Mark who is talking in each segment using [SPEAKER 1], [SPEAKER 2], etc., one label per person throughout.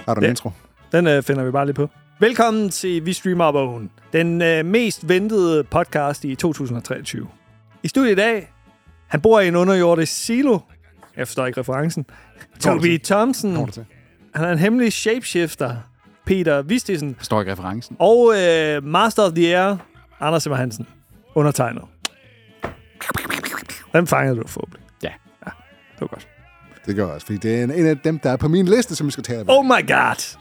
[SPEAKER 1] Har du en intro?
[SPEAKER 2] Den finder vi bare lige på. Velkommen til Vi Streamer Bogen, den mest ventede podcast i 2023. I studiet i dag, han bor i en underjordisk silo. Jeg forstår ikke referencen. Toby Thompson. Han er en hemmelig shapeshifter. Peter Vistisen.
[SPEAKER 3] Forstår ikke referencen.
[SPEAKER 2] Og Master of the Air, Anders Simmer Hansen. Undertegnet. Den fangede du forhåbentlig.
[SPEAKER 3] Ja.
[SPEAKER 2] Det var godt.
[SPEAKER 1] Det gør jeg også, fordi det er en af dem, der er på min liste, som vi skal tale med.
[SPEAKER 2] Oh my god!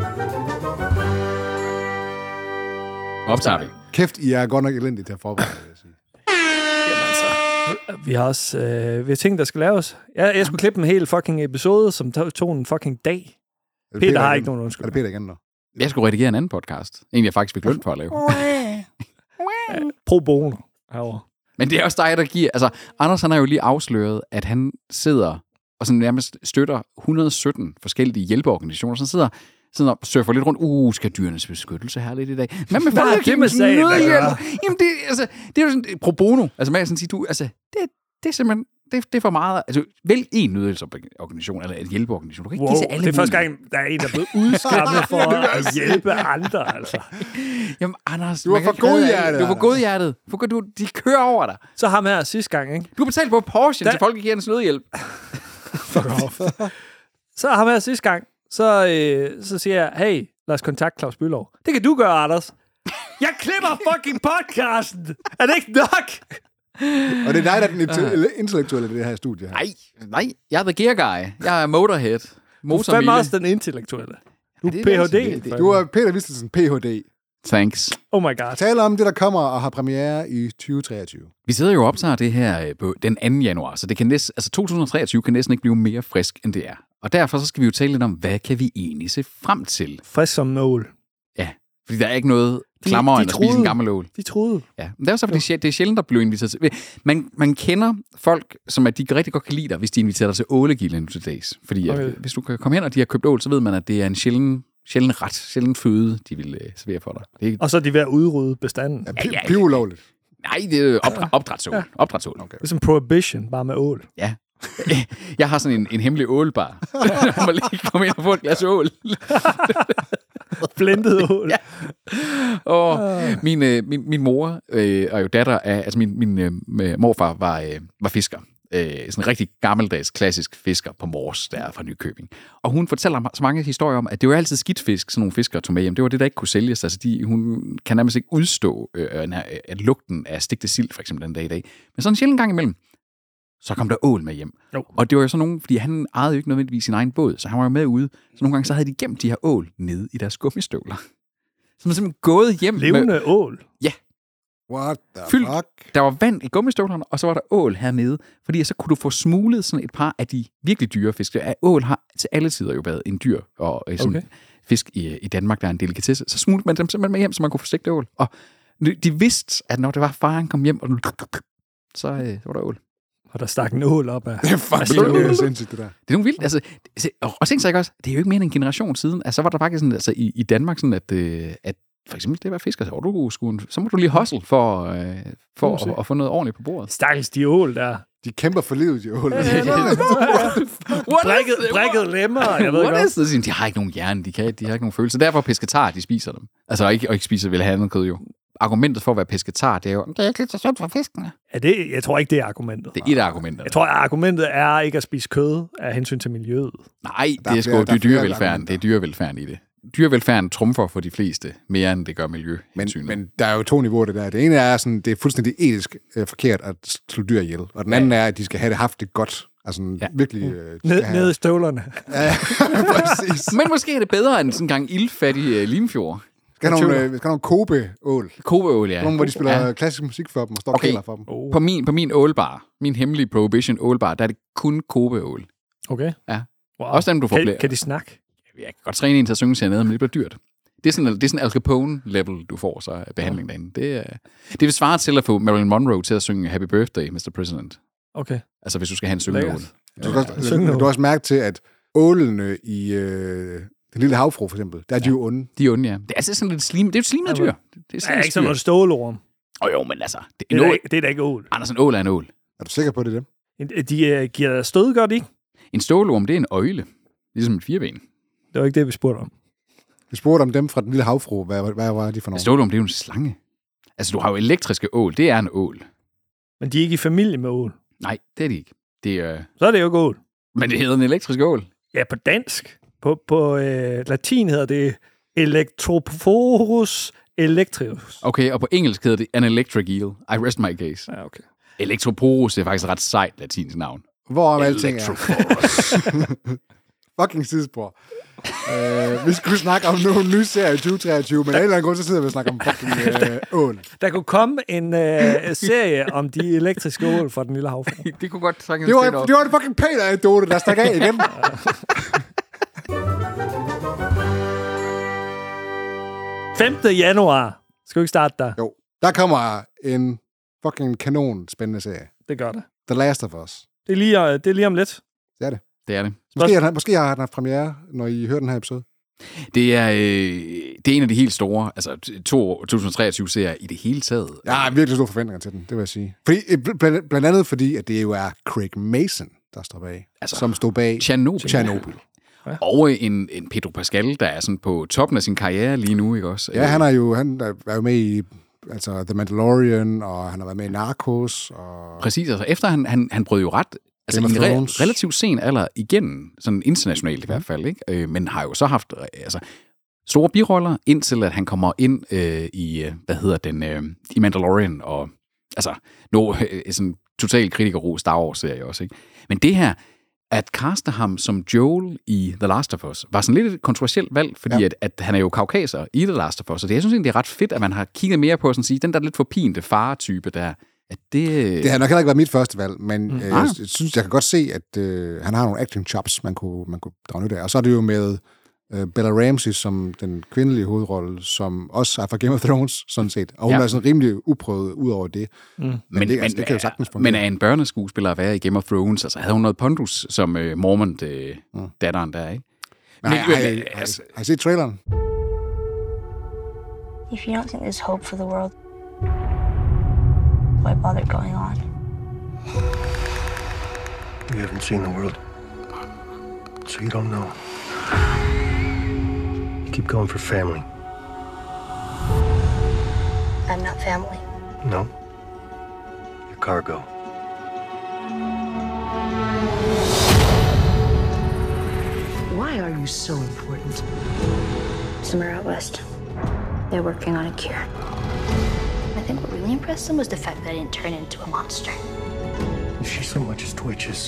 [SPEAKER 3] Optager vi.
[SPEAKER 1] Kæft, I er godt nok elendige til at forberede, vil jeg sige.
[SPEAKER 2] Vi har også vi har ting, der skal laves. Jeg skulle klippe en hel fucking episode, som tog en fucking dag. Peter har ikke nogen undskyld.
[SPEAKER 1] Er det Peter igen, nu?
[SPEAKER 3] Jeg skulle redigere en anden podcast. En, jeg faktisk fik løn for at lave.
[SPEAKER 2] Pro bono herovre.
[SPEAKER 3] Men det er også dig, der giver... Altså, Anders han har jo lige afsløret, at han sidder og sådan nærmest støtter 117 forskellige hjælpeorganisationer. Så sidder og surfer lidt rundt. Skal dyrenes beskyttelse her lidt i dag? Men med
[SPEAKER 2] Folkekirkens nødhjælp.
[SPEAKER 3] Jamen, det er jo sådan pro bono. Altså, man kan sådan sige, det er simpelthen... Det er for meget... Altså, vælg en nødhjælpsorganisation, eller en hjælpeorganisation. Du kan ikke give til alle
[SPEAKER 2] det er første gang, der er en, der er blevet udskammet for at hjælpe andre, altså.
[SPEAKER 3] Jamen, Anders...
[SPEAKER 1] Du var for godhjertet.
[SPEAKER 3] Du var godhjertet. De kører over dig.
[SPEAKER 2] Så ham her sidste gang, ikke?
[SPEAKER 3] Du har betalt på Porsche til Folkekirkens nødhjælp.
[SPEAKER 2] Fuck off. Så ham her sidste gang, så siger jeg, hey, lad os kontakte Claus Bylov. Det kan du gøre, Anders. Jeg klipper fucking podcasten. Er det ikke nok?
[SPEAKER 1] Og det er dig, der er den intellektuelle i det her studie her.
[SPEAKER 3] Nej. Jeg er the gear guy. Jeg er motorhead.
[SPEAKER 2] Du er fandme også den intellektuelle. Du er Ph.D.
[SPEAKER 1] Du er Peter Vistisen, Ph.D.
[SPEAKER 3] Thanks.
[SPEAKER 2] Oh my god.
[SPEAKER 1] Taler om det, der kommer og har premiere i 2023.
[SPEAKER 3] Vi sidder jo og optager det her på den 2. januar, så det kan 2023 kan næsten ikke blive mere frisk, end det er. Og derfor så skal vi jo tale lidt om, hvad kan vi egentlig se frem til?
[SPEAKER 2] Frisk som nål.
[SPEAKER 3] Ja, fordi der er ikke noget klammer end at spise en gammel ål.
[SPEAKER 2] De troede.
[SPEAKER 3] Ja, men det er også fordi, det er sjældent, der bliver inviteret til. Man kender folk, som at de rigtig godt kan lide dig, hvis de inviterer dig til ålegilden todays. Fordi hvis du kan komme hen, og de har købt ål, så ved man, at det er en sjælden føde, de vil servere for dig.
[SPEAKER 2] Og så er de ved at udrydde bestanden.
[SPEAKER 1] Ja, pivulovligt.
[SPEAKER 3] Nej, det er opdrætsål.
[SPEAKER 2] Ja.
[SPEAKER 3] Opdrætsål.
[SPEAKER 1] Okay.
[SPEAKER 2] Det er som Prohibition, bare med ål.
[SPEAKER 3] Ja. Jeg har sådan en hemmelig ålbar. Jeg må lige komme ind og få et glas ål.
[SPEAKER 2] Blendet ål.
[SPEAKER 3] Ja. Og min mor er jo datter af... Altså min morfar var fisker. Sådan en rigtig gammeldags, klassisk fisker på Mors, der er fra Nykøbing. Og hun fortæller mig så mange historier om, at det var altid skidt fisk, sådan nogle fiskere tog med hjem. Det var det, der ikke kunne sælges. Altså hun kan nærmest ikke udstå at lugten af stegte sild, for eksempel den dag i dag. Men sådan en sjældent gang imellem, så kom der ål med hjem.
[SPEAKER 2] Jo.
[SPEAKER 3] Og det var jo sådan nogen, fordi han ejede jo ikke nødvendigvis sin egen båd, så han var jo med ude. Så nogle gange så havde de gemt de her ål nede i deres gummistøvler. Så man simpelthen gået hjem
[SPEAKER 2] levende ål?
[SPEAKER 3] Ja.
[SPEAKER 1] What the fuck?
[SPEAKER 3] Der var vand i gummistøvlerne, og så var der ål hernede. Fordi så kunne du få smuglet sådan et par af de virkelig dyre fisk. Ål har til alle tider jo været en dyr og sådan fisk i Danmark, der er en delikatesse. Så smuglede man dem simpelthen med hjem, så man kunne få stegt ål. Og de vidste, at når det var faren kom hjem, og så var der ål.
[SPEAKER 2] Og der stak en ål op af...
[SPEAKER 1] Det er faktisk sindssygt, det der.
[SPEAKER 3] Det er nogle vildt. Altså, og tænk sig ikke også, det er jo ikke mere end en generation siden. Altså, så var der faktisk sådan, altså, i Danmark sådan, at for eksempel det var fisker, så må du lige hustle for at få noget ordentligt på bordet.
[SPEAKER 2] Stakkels de ål der.
[SPEAKER 1] De kæmper for livet, de ål.
[SPEAKER 2] Brækket lemmer, jeg ved godt.
[SPEAKER 3] De har ikke nogen hjerne, de har ikke nogen følelser. Derfor pesketar, de spiser dem. Altså, og ikke spiser vel andet kød jo. Argumentet for at være pesketar, det er jo, det er ikke lidt så sundt for fiskene.
[SPEAKER 2] Jeg tror ikke, det er argumentet.
[SPEAKER 3] Det er et af argumenterne.
[SPEAKER 2] Jeg tror, at argumentet er ikke at spise kød af hensyn til miljøet.
[SPEAKER 3] Nej, det er sgu dyrevelfærden. Det er dyrevelfærden i det. Dyrevelfærden trumfer for de fleste mere, end det gør miljø.
[SPEAKER 1] Men der er jo 2 niveauer, det der. Det ene er, sådan, det er fuldstændig etisk forkert at slå dyr ihjel. Og den anden er, at de skal have det haft det godt. Altså virkelig...
[SPEAKER 2] Nede i støvlerne.
[SPEAKER 1] Ja, præcis.
[SPEAKER 3] Men måske er det bedre end sådan en gang ildfattig Limfjord.
[SPEAKER 1] Skal nogle Kobe-ål.
[SPEAKER 3] Kobe-ål, ja.
[SPEAKER 1] Nogle, hvor de spiller klassisk musik for dem og står og kælder for dem.
[SPEAKER 3] På min ålbar, min hemmelige Prohibition ålbar, der er det kun Kobe-ål.
[SPEAKER 2] Okay.
[SPEAKER 3] Ja.
[SPEAKER 2] Wow.
[SPEAKER 3] Også dem, du får
[SPEAKER 2] kan de snakke?
[SPEAKER 3] Jeg kan godt træne en til at synge hernede, men det bliver dyrt. Det er sådan Al Capone-level, du får så af behandling derinde. Det vil svare til at få Marilyn Monroe til at synge Happy Birthday, Mr. President.
[SPEAKER 2] Okay.
[SPEAKER 3] Altså, hvis du skal have en syngeål.
[SPEAKER 1] Du kan også mærke til, at ålene i den lille havfru, for eksempel, der er de jo onde.
[SPEAKER 3] De er onde, ja. Det er altså sådan lidt slim. Det er jo slimet dyr.
[SPEAKER 2] Det er ikke sådan noget stålorm.
[SPEAKER 3] Jo, men altså...
[SPEAKER 2] Det er da ikke ål.
[SPEAKER 3] Anders, en ål er en ål.
[SPEAKER 1] Er du sikker på, det er dem?
[SPEAKER 2] De giver stød, gør de ikke?
[SPEAKER 3] En stålorm, det er en øgle. Ligesom et fireben.
[SPEAKER 2] Det var ikke det, vi spurgte om.
[SPEAKER 1] Vi spurgte om dem fra Den Lille Havfrue. Hvad var de for nogle?
[SPEAKER 3] Stod du om, det er jo en slange. Altså, du har jo elektriske ål. Det er en ål.
[SPEAKER 2] Men de er ikke i familie med ål.
[SPEAKER 3] Nej, det er de ikke. Det er,
[SPEAKER 2] Så er det jo ikke ål.
[SPEAKER 3] men det hedder en elektrisk ål.
[SPEAKER 2] Ja, på dansk. På latin hedder det Electrophorus electrius.
[SPEAKER 3] Okay, og på engelsk hedder det an electric eel. I rest my case.
[SPEAKER 2] Ja, okay.
[SPEAKER 3] Electroporus, det er faktisk et ret sejt latinsk navn.
[SPEAKER 1] Hvorom alting er.
[SPEAKER 3] Electroporus.
[SPEAKER 1] Fucking sidespor. Vi skulle snakke om nogle nye serier i 2023, men af en eller anden grund, så sidder vi og snakker om fucking ål.
[SPEAKER 2] Der kunne komme en serie om de elektriske ål fra Den Lille Havfrue.
[SPEAKER 3] Det kunne godt trække en
[SPEAKER 1] Det
[SPEAKER 3] skridt op.
[SPEAKER 1] var en fucking Peter-anekdote, der stak af igen.
[SPEAKER 2] 5. januar. Skal vi ikke starte der?
[SPEAKER 1] Jo, der kommer en fucking kanon spændende serie.
[SPEAKER 2] Det gør det.
[SPEAKER 1] The Last of Us.
[SPEAKER 2] Det er lige om lidt.
[SPEAKER 1] Det er det.
[SPEAKER 3] Det er det.
[SPEAKER 1] Måske har den haft premiere, når I hører den her episode.
[SPEAKER 3] Det er en af de helt store, altså 2023-serier i det hele taget.
[SPEAKER 1] Jeg har virkelig store forventninger til den, det vil jeg sige. Fordi, blandt andet fordi, at det jo er Craig Mason, der står bag.
[SPEAKER 3] Altså,
[SPEAKER 1] som står bag
[SPEAKER 3] Chernobyl. Ja. Og en Pedro Pascal, der er sådan på toppen af sin karriere lige nu, ikke også?
[SPEAKER 1] Ja, han er jo med i The Mandalorian, og han har været med i Narcos. Og
[SPEAKER 3] præcis, altså efter han brød jo ret altså en relativt sen alder igennem, sådan internationalt i hvert fald, ikke? Men har jo så haft store biroller, indtil at han kommer ind i i Mandalorian, og altså sådan total kritikerro Star Wars-serie også, ikke? Men det her, at kaste ham som Joel i The Last of Us, var sådan lidt et kontroversielt valg, fordi at han er jo kaukaser i The Last of Us, og det, jeg synes egentlig, det er ret fedt, at man har kigget mere på sådan at sige, den der lidt forpinte far-type der, at det
[SPEAKER 1] har nok heller ikke været mit første valg, men jeg synes, jeg kan godt se, at han har nogle acting chops, man kunne drage nyt af. Og så er det jo med Bella Ramsey som den kvindelige hovedrolle, som også er fra Game of Thrones, sådan set. Og hun er sådan rimelig uprøvet ud over det. Men det kan jo sagtens fungere.
[SPEAKER 3] Men er en børneskuespiller at være i Game of Thrones? Altså, havde hun noget pondus som Mormont-datteren der, ikke?
[SPEAKER 1] Har I set traileren?
[SPEAKER 4] If you don't think there's hope for the world, why bother going on?
[SPEAKER 5] You haven't seen the world, so you don't know. You keep going for family.
[SPEAKER 4] I'm not family.
[SPEAKER 5] No. You're cargo.
[SPEAKER 6] Why are you so important?
[SPEAKER 4] Somewhere out west, they're working on a cure. I think what really impressed them was the fact that I didn't turn into a monster.
[SPEAKER 5] If she so much as twitches,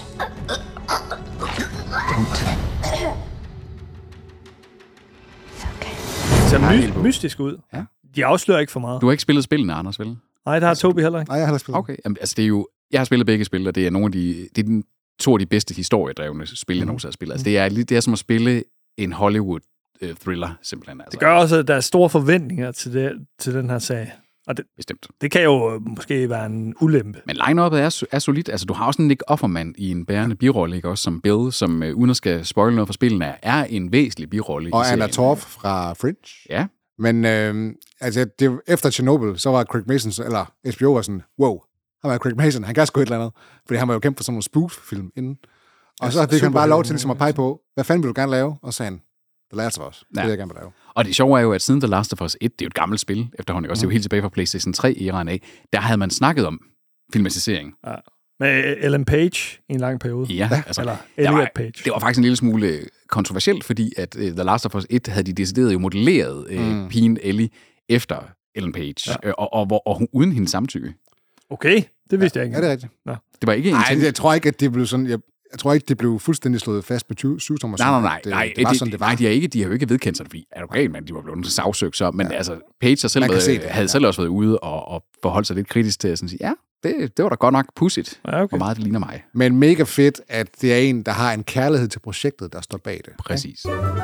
[SPEAKER 4] Okay.
[SPEAKER 2] Det ser mystisk ud.
[SPEAKER 3] Ja.
[SPEAKER 2] De afslører ikke for meget.
[SPEAKER 3] Du har ikke spillet spillene, Anders, vel?
[SPEAKER 2] Nej, der har Tobi heller ikke.
[SPEAKER 1] Nej, jeg har spillet.
[SPEAKER 3] Okay, altså det er jo, jeg har spillet begge spil, og det er nogle af de to af de bedste historiedrevne spil, jeg nogensinde har spillet. Altså det er som at spille en Hollywood-thriller, simpelthen. Altså.
[SPEAKER 2] Det gør også, at der er store forventninger til den her sag. Og
[SPEAKER 3] Bestemt.
[SPEAKER 2] Det kan jo måske være en ulempe.
[SPEAKER 3] Men line-up'et er solidt. Altså, du har også en Nick Offerman i en bærende birolle, ikke? Også som Bill, som uden at skal spoile noget for spillene, er en væsentlig birolle.
[SPEAKER 1] Og Anna Torv fra Fringe.
[SPEAKER 3] Ja.
[SPEAKER 1] Men efter Chernobyl, så var Craig Mason, eller HBO var sådan, wow, han var Craig Mason, han kan sgu et eller andet. Fordi han var jo kæmpe for sådan nogle spoof-film inden. Og så fik han bare lov til ligesom at pege på, hvad fanden vil du gerne lave? Og så sagde han, The Last of Us. Det vil jeg gerne lave.
[SPEAKER 3] Og det sjove er jo, at siden The Last of Us 1, det er jo et gammelt spil efterhånden, også det er jo helt tilbage fra PlayStation 3-æraen af, der havde man snakket om filmatisering.
[SPEAKER 2] Ja. Med Ellen Page i en lang periode.
[SPEAKER 3] Ja, altså,
[SPEAKER 2] eller Elliot Page.
[SPEAKER 3] Det var faktisk en lille smule kontroversielt, fordi at The Last of Us 1 havde de decideret jo modelleret pigen Ellie efter Ellen Page, og hun uden hendes samtykke.
[SPEAKER 2] Okay, det vidste jeg ikke.
[SPEAKER 1] Ja, det er rigtigt.
[SPEAKER 2] Ja.
[SPEAKER 3] Det var ikke en ting.
[SPEAKER 1] Jeg tror ikke, at det blev sådan... Jeg tror ikke, det blev fuldstændig slået fast på syvtommer.
[SPEAKER 3] Nej.
[SPEAKER 1] Det var sådan, det var.
[SPEAKER 3] Nej, de har jo ikke vedkendt sig det, fordi er du galt, men de var blevet sagsøgt så. Men altså, Page havde selv også været ude og forholdt sig lidt kritisk til at sige, ja, det var da godt nok pudsigt, hvor meget det ligner mig.
[SPEAKER 1] Men mega fedt, at det er en, der har en kærlighed til projektet, der står bag det.
[SPEAKER 3] Præcis.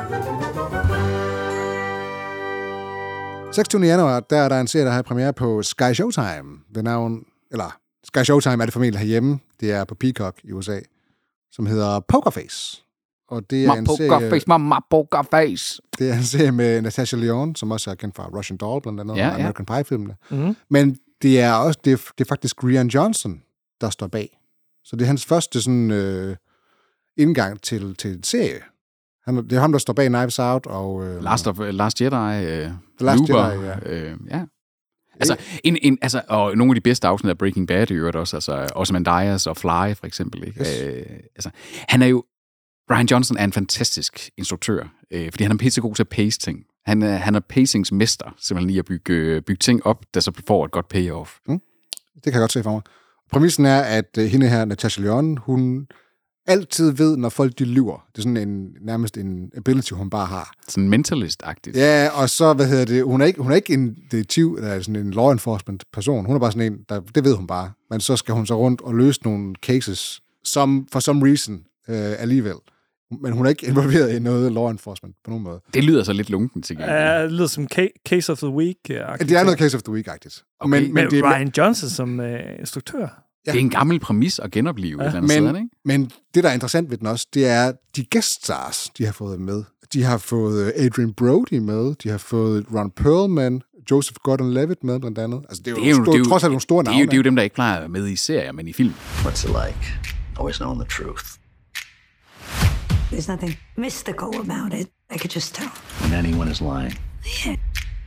[SPEAKER 1] 26. januar, der er der en serie, der har premiere på Sky Showtime. Ved navn, eller Sky Showtime er det formentlig herhjemme. Det er på Peacock i USA, som hedder Pokerface. Og det er
[SPEAKER 3] Pokerface.
[SPEAKER 1] Det er en serie med Natasha Lyonne, som også er kendt fra Russian Doll, blandt andet, og American Pie-filmene.
[SPEAKER 2] Mm-hmm.
[SPEAKER 1] Men det er også det er faktisk Rian Johnson, der står bag. Så det er hans første sådan indgang til en serie. Det er ham, der står bag Knives Out og...
[SPEAKER 3] Last Jedi,
[SPEAKER 1] Last
[SPEAKER 3] Looper,
[SPEAKER 1] Jedi,
[SPEAKER 3] ja. Altså, og nogle af de bedste afsnit af Breaking Bad i øvrigt også, altså Ozymandias og Fly for eksempel. Ikke?
[SPEAKER 1] Yes.
[SPEAKER 3] Han er jo... Rian Johnson er en fantastisk instruktør, fordi han er pissegod til at pace ting. Han er pacingsmester, simpelthen i at bygge ting op, der så får et godt payoff.
[SPEAKER 1] Det kan jeg godt se for mig. Præmissen er, at hende her, Natasha Lyonne, hun altid ved, når folk de lyver. Det er sådan nærmest en ability, hun bare har.
[SPEAKER 3] Sådan mentalist-agtigt.
[SPEAKER 1] Ja, og så, hun er ikke en detektiv, eller sådan en law enforcement person. Hun er bare sådan en, det ved hun bare. Men så skal hun så rundt og løse nogle cases, som for some reason alligevel. Men hun er ikke involveret i noget law enforcement på nogen måde.
[SPEAKER 3] Det lyder så lidt lunken til gengæld.
[SPEAKER 2] Det lyder som Case of the Week.
[SPEAKER 1] Det er noget Case of the Week-agtigt.
[SPEAKER 3] Okay.
[SPEAKER 2] Men det er Rian Johnson som instruktør.
[SPEAKER 3] Ja. Det er en gammel præmis at genopleve et eller andet sted, ikke?
[SPEAKER 1] Men det, der er interessant ved den også, det er de gueststars, de har fået med. De har fået Adrian Brody med, de har fået Ron Perlman, Joseph Gordon-Levitt med, blandt andet. Altså, det er jo trods alt nogle store navne.
[SPEAKER 3] Det er jo dem, der ikke plejer at være med i serier, men i film.
[SPEAKER 5] What's it like? Always knowing the truth.
[SPEAKER 6] There's nothing mystical about it. I could just tell.
[SPEAKER 5] When anyone is lying.
[SPEAKER 6] Yeah.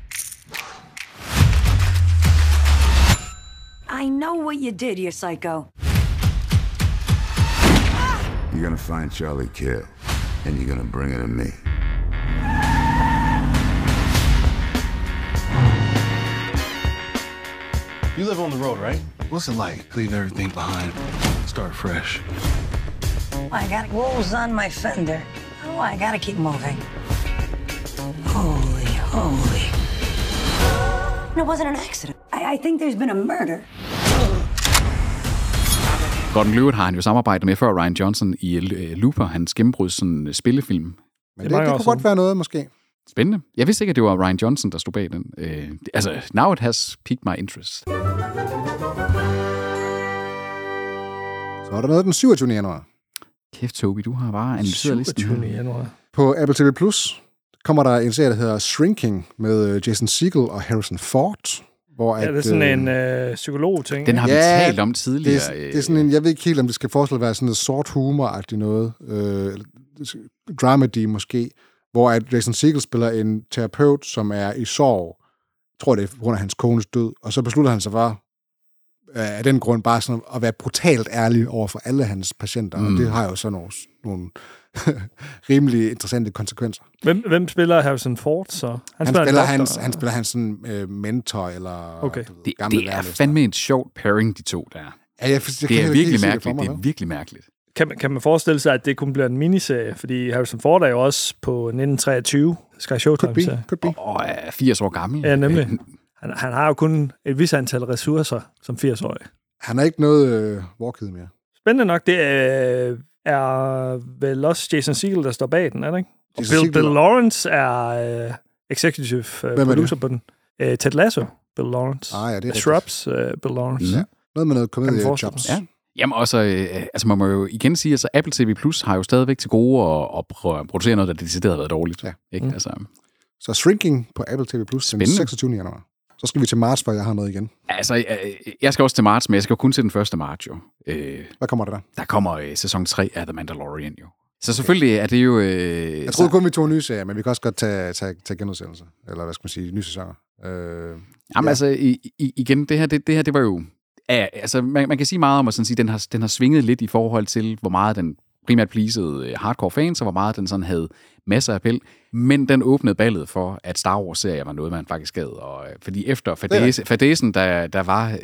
[SPEAKER 6] I know what you did, you psycho.
[SPEAKER 7] You're gonna find Charlie Kill, and you're gonna bring it to me.
[SPEAKER 5] You live on the road, right? What's it like? Leave everything behind. Start fresh.
[SPEAKER 6] I got wolves on my fender. Oh, I gotta keep moving. Holy.
[SPEAKER 4] It wasn't an accident.
[SPEAKER 6] I think there's been a murder.
[SPEAKER 3] Gordon Levitt har han jo samarbejdet med før Rian Johnson i Looper, hans gennembruds sådan spillefilm.
[SPEAKER 1] Men det kunne godt være noget, måske.
[SPEAKER 3] Spændende. Jeg vidste ikke, at det var Rian Johnson, der stod bag den. Now it has piqued my interest.
[SPEAKER 1] Så er der noget den 27. januar.
[SPEAKER 3] Kæft, Toby, du har bare analyseret listen.
[SPEAKER 2] 27. januar.
[SPEAKER 1] På Apple TV Plus kommer der en serie, der hedder Shrinking, med Jason Segel og Harrison Ford. Hvor
[SPEAKER 2] det er sådan en psykolog-ting.
[SPEAKER 3] Den har vi talt om tidligere.
[SPEAKER 1] Det er sådan en, jeg ved ikke helt, om det skal forestille at være sådan noget sort humor-agtigt noget. Dramedy måske. Hvor at Jason Segel spiller en terapeut, som er i sorg. Jeg tror, det er på grund af hans kones død. Og så beslutter han sig for, af den grund, bare sådan at være brutalt ærlig over for alle hans patienter. Og det har jo så nogle rimelig interessante konsekvenser.
[SPEAKER 2] Hvem spiller Harrison Ford så?
[SPEAKER 1] Han spiller hans sådan, mentor, eller...
[SPEAKER 2] Okay.
[SPEAKER 3] Det er fandme et sjovt pairing, de to der.
[SPEAKER 1] Ja,
[SPEAKER 3] det er virkelig mærkeligt. Det er virkelig mærkeligt.
[SPEAKER 2] Kan man forestille sig, at det kunne blive en miniserie? Fordi Harrison Ford er jo også på 1923 Sky Showtime.
[SPEAKER 1] Could be.
[SPEAKER 3] Og er 80 år gammel.
[SPEAKER 2] Ja, nemlig. Han har jo kun et vis antal ressourcer som 80-årig.
[SPEAKER 1] Han har ikke noget walkhed mere.
[SPEAKER 2] Spændende nok, det er vel også Jason Segel, der står bag den, er det ikke? Og Bill Lawrence er executive producer på den. Ted Lasso, Bill Lawrence.
[SPEAKER 1] Ja, det er
[SPEAKER 2] Shrubs, Bill Lawrence.
[SPEAKER 1] Ja. Noget med noget komedie-jobs.
[SPEAKER 3] Ja. Jamen også, altså man må jo igen sige, at altså Apple TV Plus har jo stadigvæk til gode at producere noget, der decideret har været dårligt.
[SPEAKER 1] Ja.
[SPEAKER 3] Ikke? Altså.
[SPEAKER 1] Så Shrinking på Apple TV Plus den 26. januar. Så skal vi til marts, for jeg har noget igen.
[SPEAKER 3] Altså, jeg skal også til marts, men jeg skal jo kun til den 1. marts jo.
[SPEAKER 1] Hvad kommer der der?
[SPEAKER 3] Der kommer sæson 3 af The Mandalorian jo. Så selvfølgelig er det jo...
[SPEAKER 1] jeg troede kun, vi tog nye serier, men vi kan også godt tage genudsendelser. Eller hvad skal man sige, nye sæsoner.
[SPEAKER 3] Jamen altså, igen, det her, det var jo... altså, man kan sige meget om at sådan sige, den har svinget lidt i forhold til, hvor meget den primært pleasede hardcore fans, og hvor meget den sådan havde masser af appel. Men den åbnede ballet for, at Star Wars-serier var noget, man faktisk gad. Og, fordi efter fadesen, der var,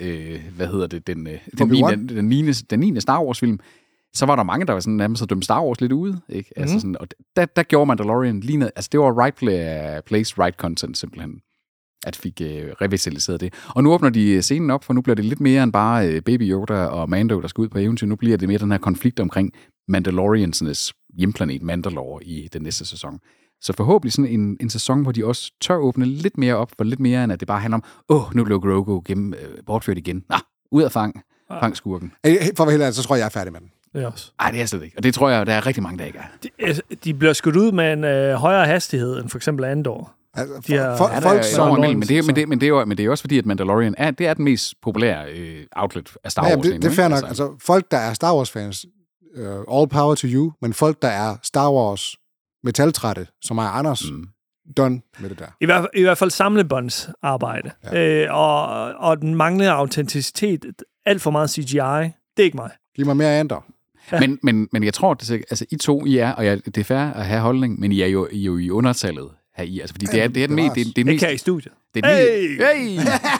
[SPEAKER 3] den 9. Star Wars-film, så var der mange, der var sådan nærmest dømt Star Wars lidt ude. Ikke? Altså sådan, og der gjorde Mandalorian lige noget. Altså det var right place, right content simpelthen. At fik revitaliseret det. Og nu åbner de scenen op, for nu bliver det lidt mere end bare Baby Yoda og Mando, der skal ud på eventyr. Nu bliver det mere den her konflikt omkring Mandaloriansernes hjemplanet Mandalore i den næste sæson. Så forhåbentlig sådan en sæson, hvor de også tør åbne lidt mere op, for lidt mere end at det bare handler om, nu blev Grogu bortført igen. Ud af fang skurken.
[SPEAKER 1] For at være helt ærlig, så tror jeg er færdig med den.
[SPEAKER 2] Det er også.
[SPEAKER 3] Nej, det er slet ikke. Og det tror jeg, der er rigtig mange, der ikke er.
[SPEAKER 2] De bliver skudt ud med en højere hastighed end for eksempel Andor.
[SPEAKER 3] Folk sover imellem, men det er jo også fordi, at Mandalorian det er den mest populære outlet af Star Wars.
[SPEAKER 1] Det er fair nok. Altså, folk, der er Star Wars-fans, all power to you, men folk, der er Star Wars metaltrætte, som er Anders, done med det der.
[SPEAKER 2] I hvert fald samlebåndsarbejde. Ja. Og den manglende autenticitet, alt for meget CGI, det er ikke mig.
[SPEAKER 1] Giv mig mere andre.
[SPEAKER 3] Ja. Men jeg tror, altså I to, I er, og det er fair at have holdning, men I er jo i undertallet her i, altså fordi det er den mest... Det er
[SPEAKER 2] mest... i studiet.
[SPEAKER 3] Det er hey!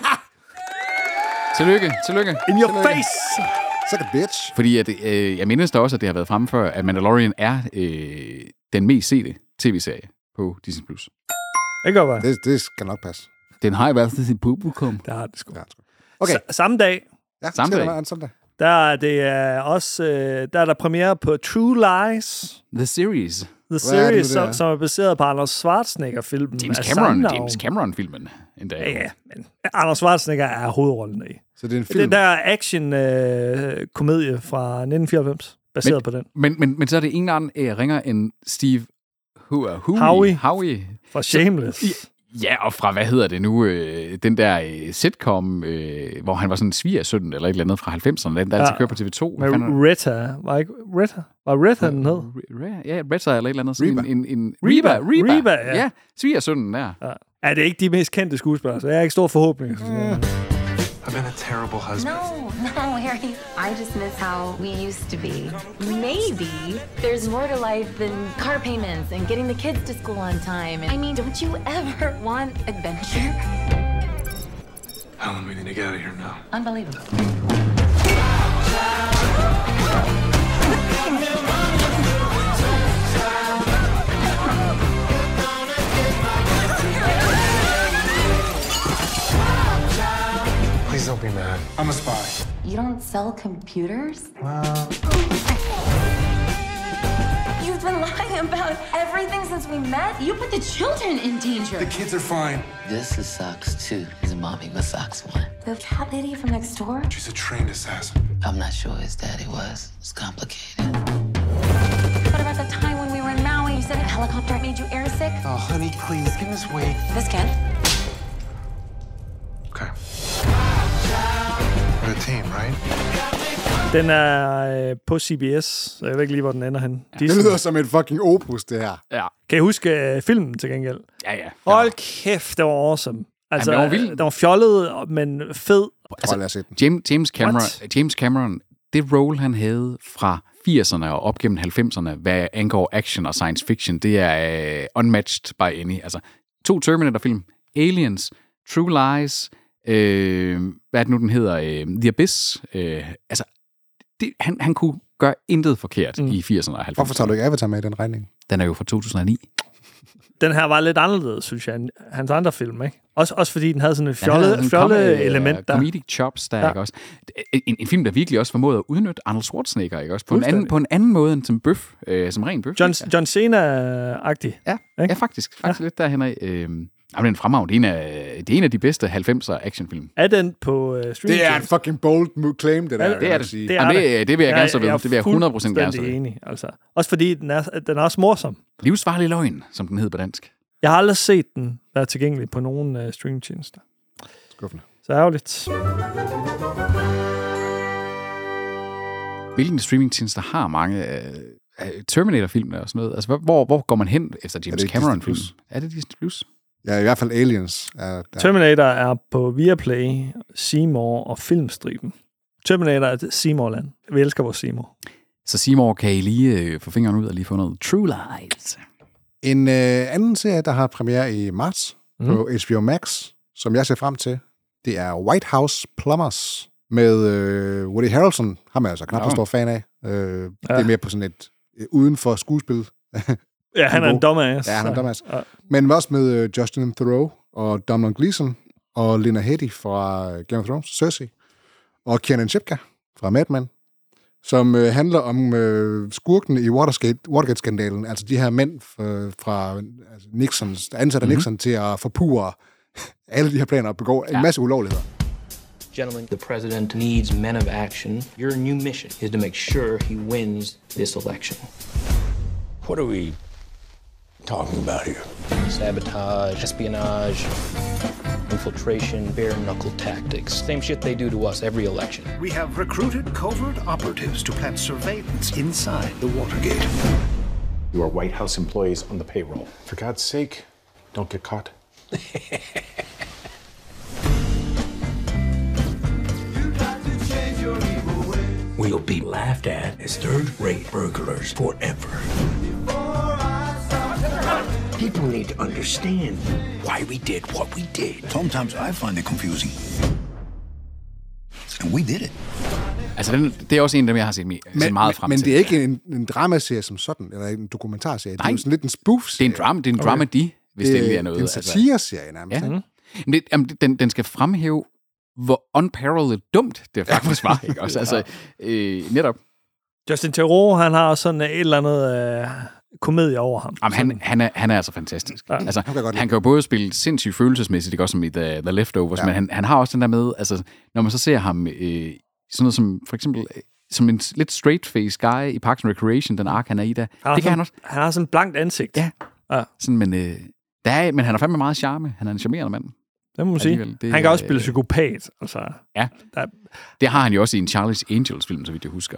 [SPEAKER 3] Tillykke.
[SPEAKER 2] In your face!
[SPEAKER 1] Suck a bitch.
[SPEAKER 3] Fordi jeg mindes da også, at det har været fremme før, at Mandalorian er den mest sete tv-serie på Disney+.
[SPEAKER 2] Det går bare.
[SPEAKER 1] Det skal nok passe.
[SPEAKER 3] Den har i hvert fald til sit publikum.
[SPEAKER 2] Det har det sgu.
[SPEAKER 1] Okay.
[SPEAKER 2] Samme dag.
[SPEAKER 1] Ja,
[SPEAKER 3] samme dag.
[SPEAKER 2] Der er det også der er der premiere på True Lies.
[SPEAKER 3] The Series.
[SPEAKER 2] Som er baseret på Arnold Schwarzenegger-filmen.
[SPEAKER 3] James Cameron-filmen en dag.
[SPEAKER 2] Ja, men Arnold Schwarzenegger er hovedrollen i.
[SPEAKER 1] Så det er en film?
[SPEAKER 2] Den der action-komedie fra 1994, baseret på den.
[SPEAKER 3] Men så er det ingen anden ringer end Steve
[SPEAKER 2] Howie
[SPEAKER 3] fra
[SPEAKER 2] Shameless.
[SPEAKER 3] Ja, og fra, hvad hedder det nu, den der sitcom, hvor han var sådan en svigersøn eller et eller andet fra 90'erne, den der altid kører på TV2.
[SPEAKER 2] Med Retta. Var Retta den hed?
[SPEAKER 3] Ja, Retta eller et eller andet.
[SPEAKER 2] Reba, ja.
[SPEAKER 3] Ja, svigersønnen der.
[SPEAKER 2] Ja. Er det ikke de mest kendte skuespillere, så jeg har ikke stor forhåbning.
[SPEAKER 5] I've been a terrible husband.
[SPEAKER 8] No, Harry. I just miss how we used to be. Maybe there's more to life than car payments and getting the kids to school on time. I mean, don't you ever want adventure?
[SPEAKER 5] Helen, we need to get out of here now.
[SPEAKER 8] Unbelievable.
[SPEAKER 5] Please don't be mad. I'm a spy.
[SPEAKER 8] You don't sell computers?
[SPEAKER 5] Well...
[SPEAKER 8] You've been lying about everything since we met. You put the children in danger.
[SPEAKER 5] The kids are fine.
[SPEAKER 9] This sucks too. His mommy was sucks one.
[SPEAKER 8] The cat lady from next door?
[SPEAKER 5] She's a trained assassin.
[SPEAKER 9] I'm not sure his daddy was. It's complicated.
[SPEAKER 8] What about the time when we were in Maui? You said a helicopter made you airsick?
[SPEAKER 5] Oh, honey, please, give us weight.
[SPEAKER 8] This can.
[SPEAKER 5] Okay. We're a team, right?
[SPEAKER 2] Den er på CBS, så jeg ved ikke lige, hvor den ender hen.
[SPEAKER 1] Det lyder som et fucking opus, det her.
[SPEAKER 3] Ja.
[SPEAKER 2] Kan I huske filmen til gengæld?
[SPEAKER 3] Ja.
[SPEAKER 2] Hold kæft, det var awesome. Altså,
[SPEAKER 3] jamen, det
[SPEAKER 2] var fjollet, men fed.
[SPEAKER 3] Altså, James Cameron, det role, han havde fra 80'erne og op gennem 90'erne, hvad angår action og science fiction, det er unmatched by any. Altså, 2 Terminator-film, Aliens, True Lies, hvad er det nu, den hedder? The Abyss. Altså, han kunne gøre intet forkert i 80'erne og 90'erne.
[SPEAKER 1] Hvorfor tager du ikke Avatar med i den regning?
[SPEAKER 3] Den er jo fra 2009.
[SPEAKER 2] Den her var lidt anderledes, synes jeg, end hans andre film, ikke? Også fordi den havde sådan et fjolle element der.
[SPEAKER 3] Comedic chops der, ikke også? En film, der virkelig også formåede at udnytte Arnold Schwarzenegger, ikke også? På en anden måde end som bøf, som ren bøf.
[SPEAKER 2] John Cena-agtig.
[SPEAKER 3] Ja, faktisk lidt derhen af. Det er en fremragende. Det er en af de bedste 90'er actionfilm.
[SPEAKER 2] Er den på streaming?
[SPEAKER 1] Det er en fucking bold claim, det der.
[SPEAKER 3] Det er det. Det vil jeg gerne så ved. Det vil jeg 100% gerne så ved.
[SPEAKER 2] Enig, altså. Også fordi den er også morsom.
[SPEAKER 3] Livsfarlig løgn, som den hed på dansk.
[SPEAKER 2] Jeg har aldrig set den være tilgængelig på nogen streamingtjenester.
[SPEAKER 1] Skuffende.
[SPEAKER 2] Så ærgerligt.
[SPEAKER 3] Hvilken streamingtjenester har mange Terminator-filmer og sådan noget? Altså, hvor går man hen efter James Cameron-film? Er det Disney Plus?
[SPEAKER 1] Ja, i hvert fald Aliens.
[SPEAKER 2] Terminator er på Viaplay, C-More og Filmstriben. Terminator er C-More-land. Vi elsker vores C-More.
[SPEAKER 3] Så C-More, kan I lige få fingeren ud og lige få noget True Lies?
[SPEAKER 1] En anden serie, der har premiere i marts på HBO Max, som jeg ser frem til, det er White House Plumbers med Woody Harrelson. Ham er jeg altså knap så stor fan af. Det er mere på sådan et uden for skuespil.
[SPEAKER 2] Ja, han er en dumbass.
[SPEAKER 1] Ja, han er en dumbass. Ja. Men også med Justin Theroux og Domhnall Gleeson og Lena Headey fra Game of Thrones, Cersei, og Kiernan Shipka fra Mad Men, som handler om skurkene i Watergate-skandalen, altså de her mænd fra Nixons, der ansætter Nixon til at forpure alle de her planer og begå en masse ulovligheder.
[SPEAKER 10] Gentlemen, the president needs men of action. Your new mission is to make sure he wins this election.
[SPEAKER 11] What are we talking about here?
[SPEAKER 10] Sabotage, espionage, infiltration, bare-knuckle tactics. Same shit they do to us every election.
[SPEAKER 12] We have recruited covert operatives to plant surveillance inside the Watergate. You are White House employees on the payroll. For God's sake, don't get caught.
[SPEAKER 11] We'll be laughed at as third-rate burglars forever. People need to understand why we did what we did.
[SPEAKER 5] Sometimes I find it confusing. And we did it.
[SPEAKER 3] Altså, det er også en af dem, jeg har set meget frem til.
[SPEAKER 1] Men det er ikke en dramaserie som sådan, eller en dokumentarserie. Nej. Det er jo sådan lidt en spoof-serie.
[SPEAKER 3] Det er en dramedy, hvis det endelig er noget.
[SPEAKER 1] Det er en satireserie nærmest.
[SPEAKER 3] Ja. Men den skal fremhæve, hvor unparalleled dumt det faktisk var. Ikke? Også, altså, netop.
[SPEAKER 2] Justin Theroux, han har sådan et eller andet komedie over ham.
[SPEAKER 3] Jamen, han er altså fantastisk. Ja. Altså, han kan jo både spille sindssygt følelsesmæssigt, ikke også som i The Leftovers, men han har også den der med, altså, når man så ser ham sådan noget som, for eksempel, som en lidt straight-faced guy i Parks and Recreation, den ark, han er i der. Det kan han også.
[SPEAKER 2] Han har sådan et blankt ansigt.
[SPEAKER 3] Ja. Sådan, men han har fandme meget charme. Han er en charmerende mand.
[SPEAKER 2] Det må man sige. Han kan også spille psykopat. Altså,
[SPEAKER 3] ja, det har han jo også i en Charlie's Angels-film, så vidt jeg husker.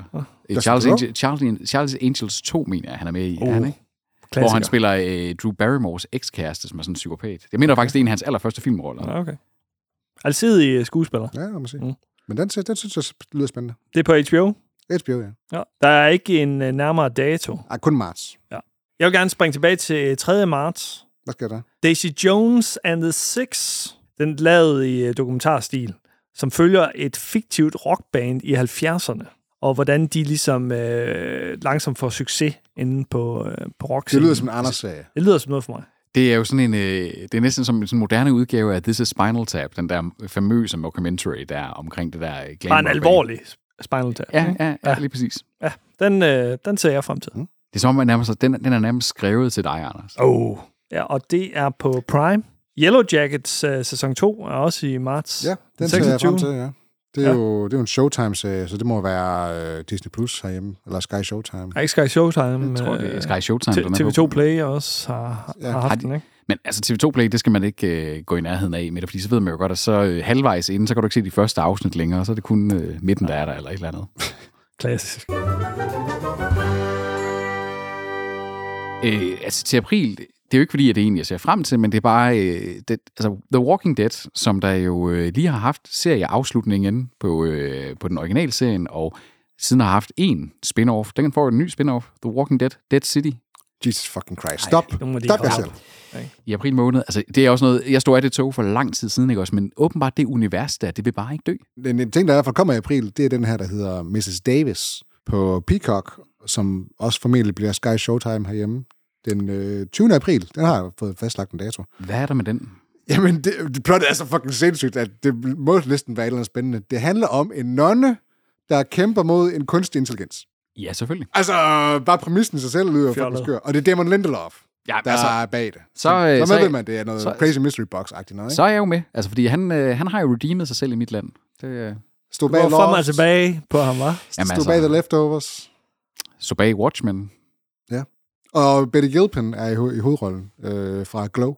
[SPEAKER 3] Charlie's Angels 2, mener jeg, han er med i. Han, ikke? Hvor han spiller Drew Barrymores ekskæreste, som er sådan en psykopat. Jeg mener faktisk, det er en af hans allerførste filmroller.
[SPEAKER 2] Okay. Alsidig skuespiller.
[SPEAKER 1] Ja, må man sige. Men den synes jeg lyder spændende.
[SPEAKER 2] Det er på HBO?
[SPEAKER 1] HBO, ja.
[SPEAKER 2] Der er ikke en nærmere dato.
[SPEAKER 1] Kun marts.
[SPEAKER 2] Ja. Jeg vil gerne springe tilbage til 3. marts.
[SPEAKER 1] Hvad sker der?
[SPEAKER 2] Daisy Jones and the Six. Den lavede i dokumentarstil, som følger et fiktivt rockband i 70'erne, og hvordan de ligesom langsomt får succes inde på rockscenen.
[SPEAKER 1] Det lyder som en Anders sag.
[SPEAKER 2] Det lyder som noget for mig.
[SPEAKER 3] Det er jo sådan det er næsten som en moderne udgave af This is Spinal Tap, den der famøse mockumentary der omkring det der glam.
[SPEAKER 2] Bare en alvorlig Spinal Tap.
[SPEAKER 3] Ja, lige præcis.
[SPEAKER 2] Ja, den ser jeg frem til.
[SPEAKER 3] Det er som om, den er nærmest skrevet til dig, Anders.
[SPEAKER 2] Ja, og det er på Prime. Yellow Jackets sæson 2 er også i marts.
[SPEAKER 1] Ja, den ser jeg frem til, ja. Det er jo en Showtime-serie, så det må være Disney Plus herhjemme, eller Sky Showtime.
[SPEAKER 2] Ikke Sky Showtime.
[SPEAKER 3] Jeg tror, det er Sky Showtime.
[SPEAKER 2] TV2 Play også har haft den, ikke?
[SPEAKER 3] Men altså TV2 Play, det skal man ikke gå i nærheden af med det, fordi så ved man jo godt, at så halvvejs inden, så kan du ikke se de første afsnit længere, og så er det kun midten, der er der, eller et eller andet.
[SPEAKER 2] Klassisk.
[SPEAKER 3] Altså til april, det er jo ikke fordi, at det er en, jeg ser frem til, men det er bare altså The Walking Dead, som der jo lige har haft serieafslutningen på den originale serien, og siden har haft en spin-off. Den får en ny spin-off, The Walking Dead, Dead City.
[SPEAKER 1] Jesus fucking Christ. Stop jer selv.
[SPEAKER 3] I april måned. Altså, det er også noget, jeg stod af det tog for lang tid siden, ikke også? Men åbenbart det univers der, det vil bare ikke dø.
[SPEAKER 1] Den ting, der i hvert fald kommer i april, det er den her, der hedder Mrs. Davis på Peacock, som også formentlig bliver Sky Showtime herhjemme. Den 20. april, den har jeg fået fastlagt en dato.
[SPEAKER 3] Hvad er der med den?
[SPEAKER 1] Jamen, det plottet er så fucking sindssygt, at det må næsten være et eller andet spændende. Det handler om en nonne, der kæmper mod en kunstig intelligens.
[SPEAKER 3] Ja, selvfølgelig.
[SPEAKER 1] Altså, bare præmissen i sig selv lyder fucking skør. Og det er Damon Lindelof, der er bag det. Så ved man, det er noget Crazy Mystery Box-agtigt noget, ikke?
[SPEAKER 3] Så er jeg jo med. Altså, fordi han har jo redeemet sig selv i mit land.
[SPEAKER 1] Stod bag
[SPEAKER 2] Hvorfor mig tilbage på ham, hva'?
[SPEAKER 1] Stod bag The Leftovers.
[SPEAKER 3] Stod bag Watchmen.
[SPEAKER 1] Ja. Og Betty Gilpin er i hovedrollen fra Glow.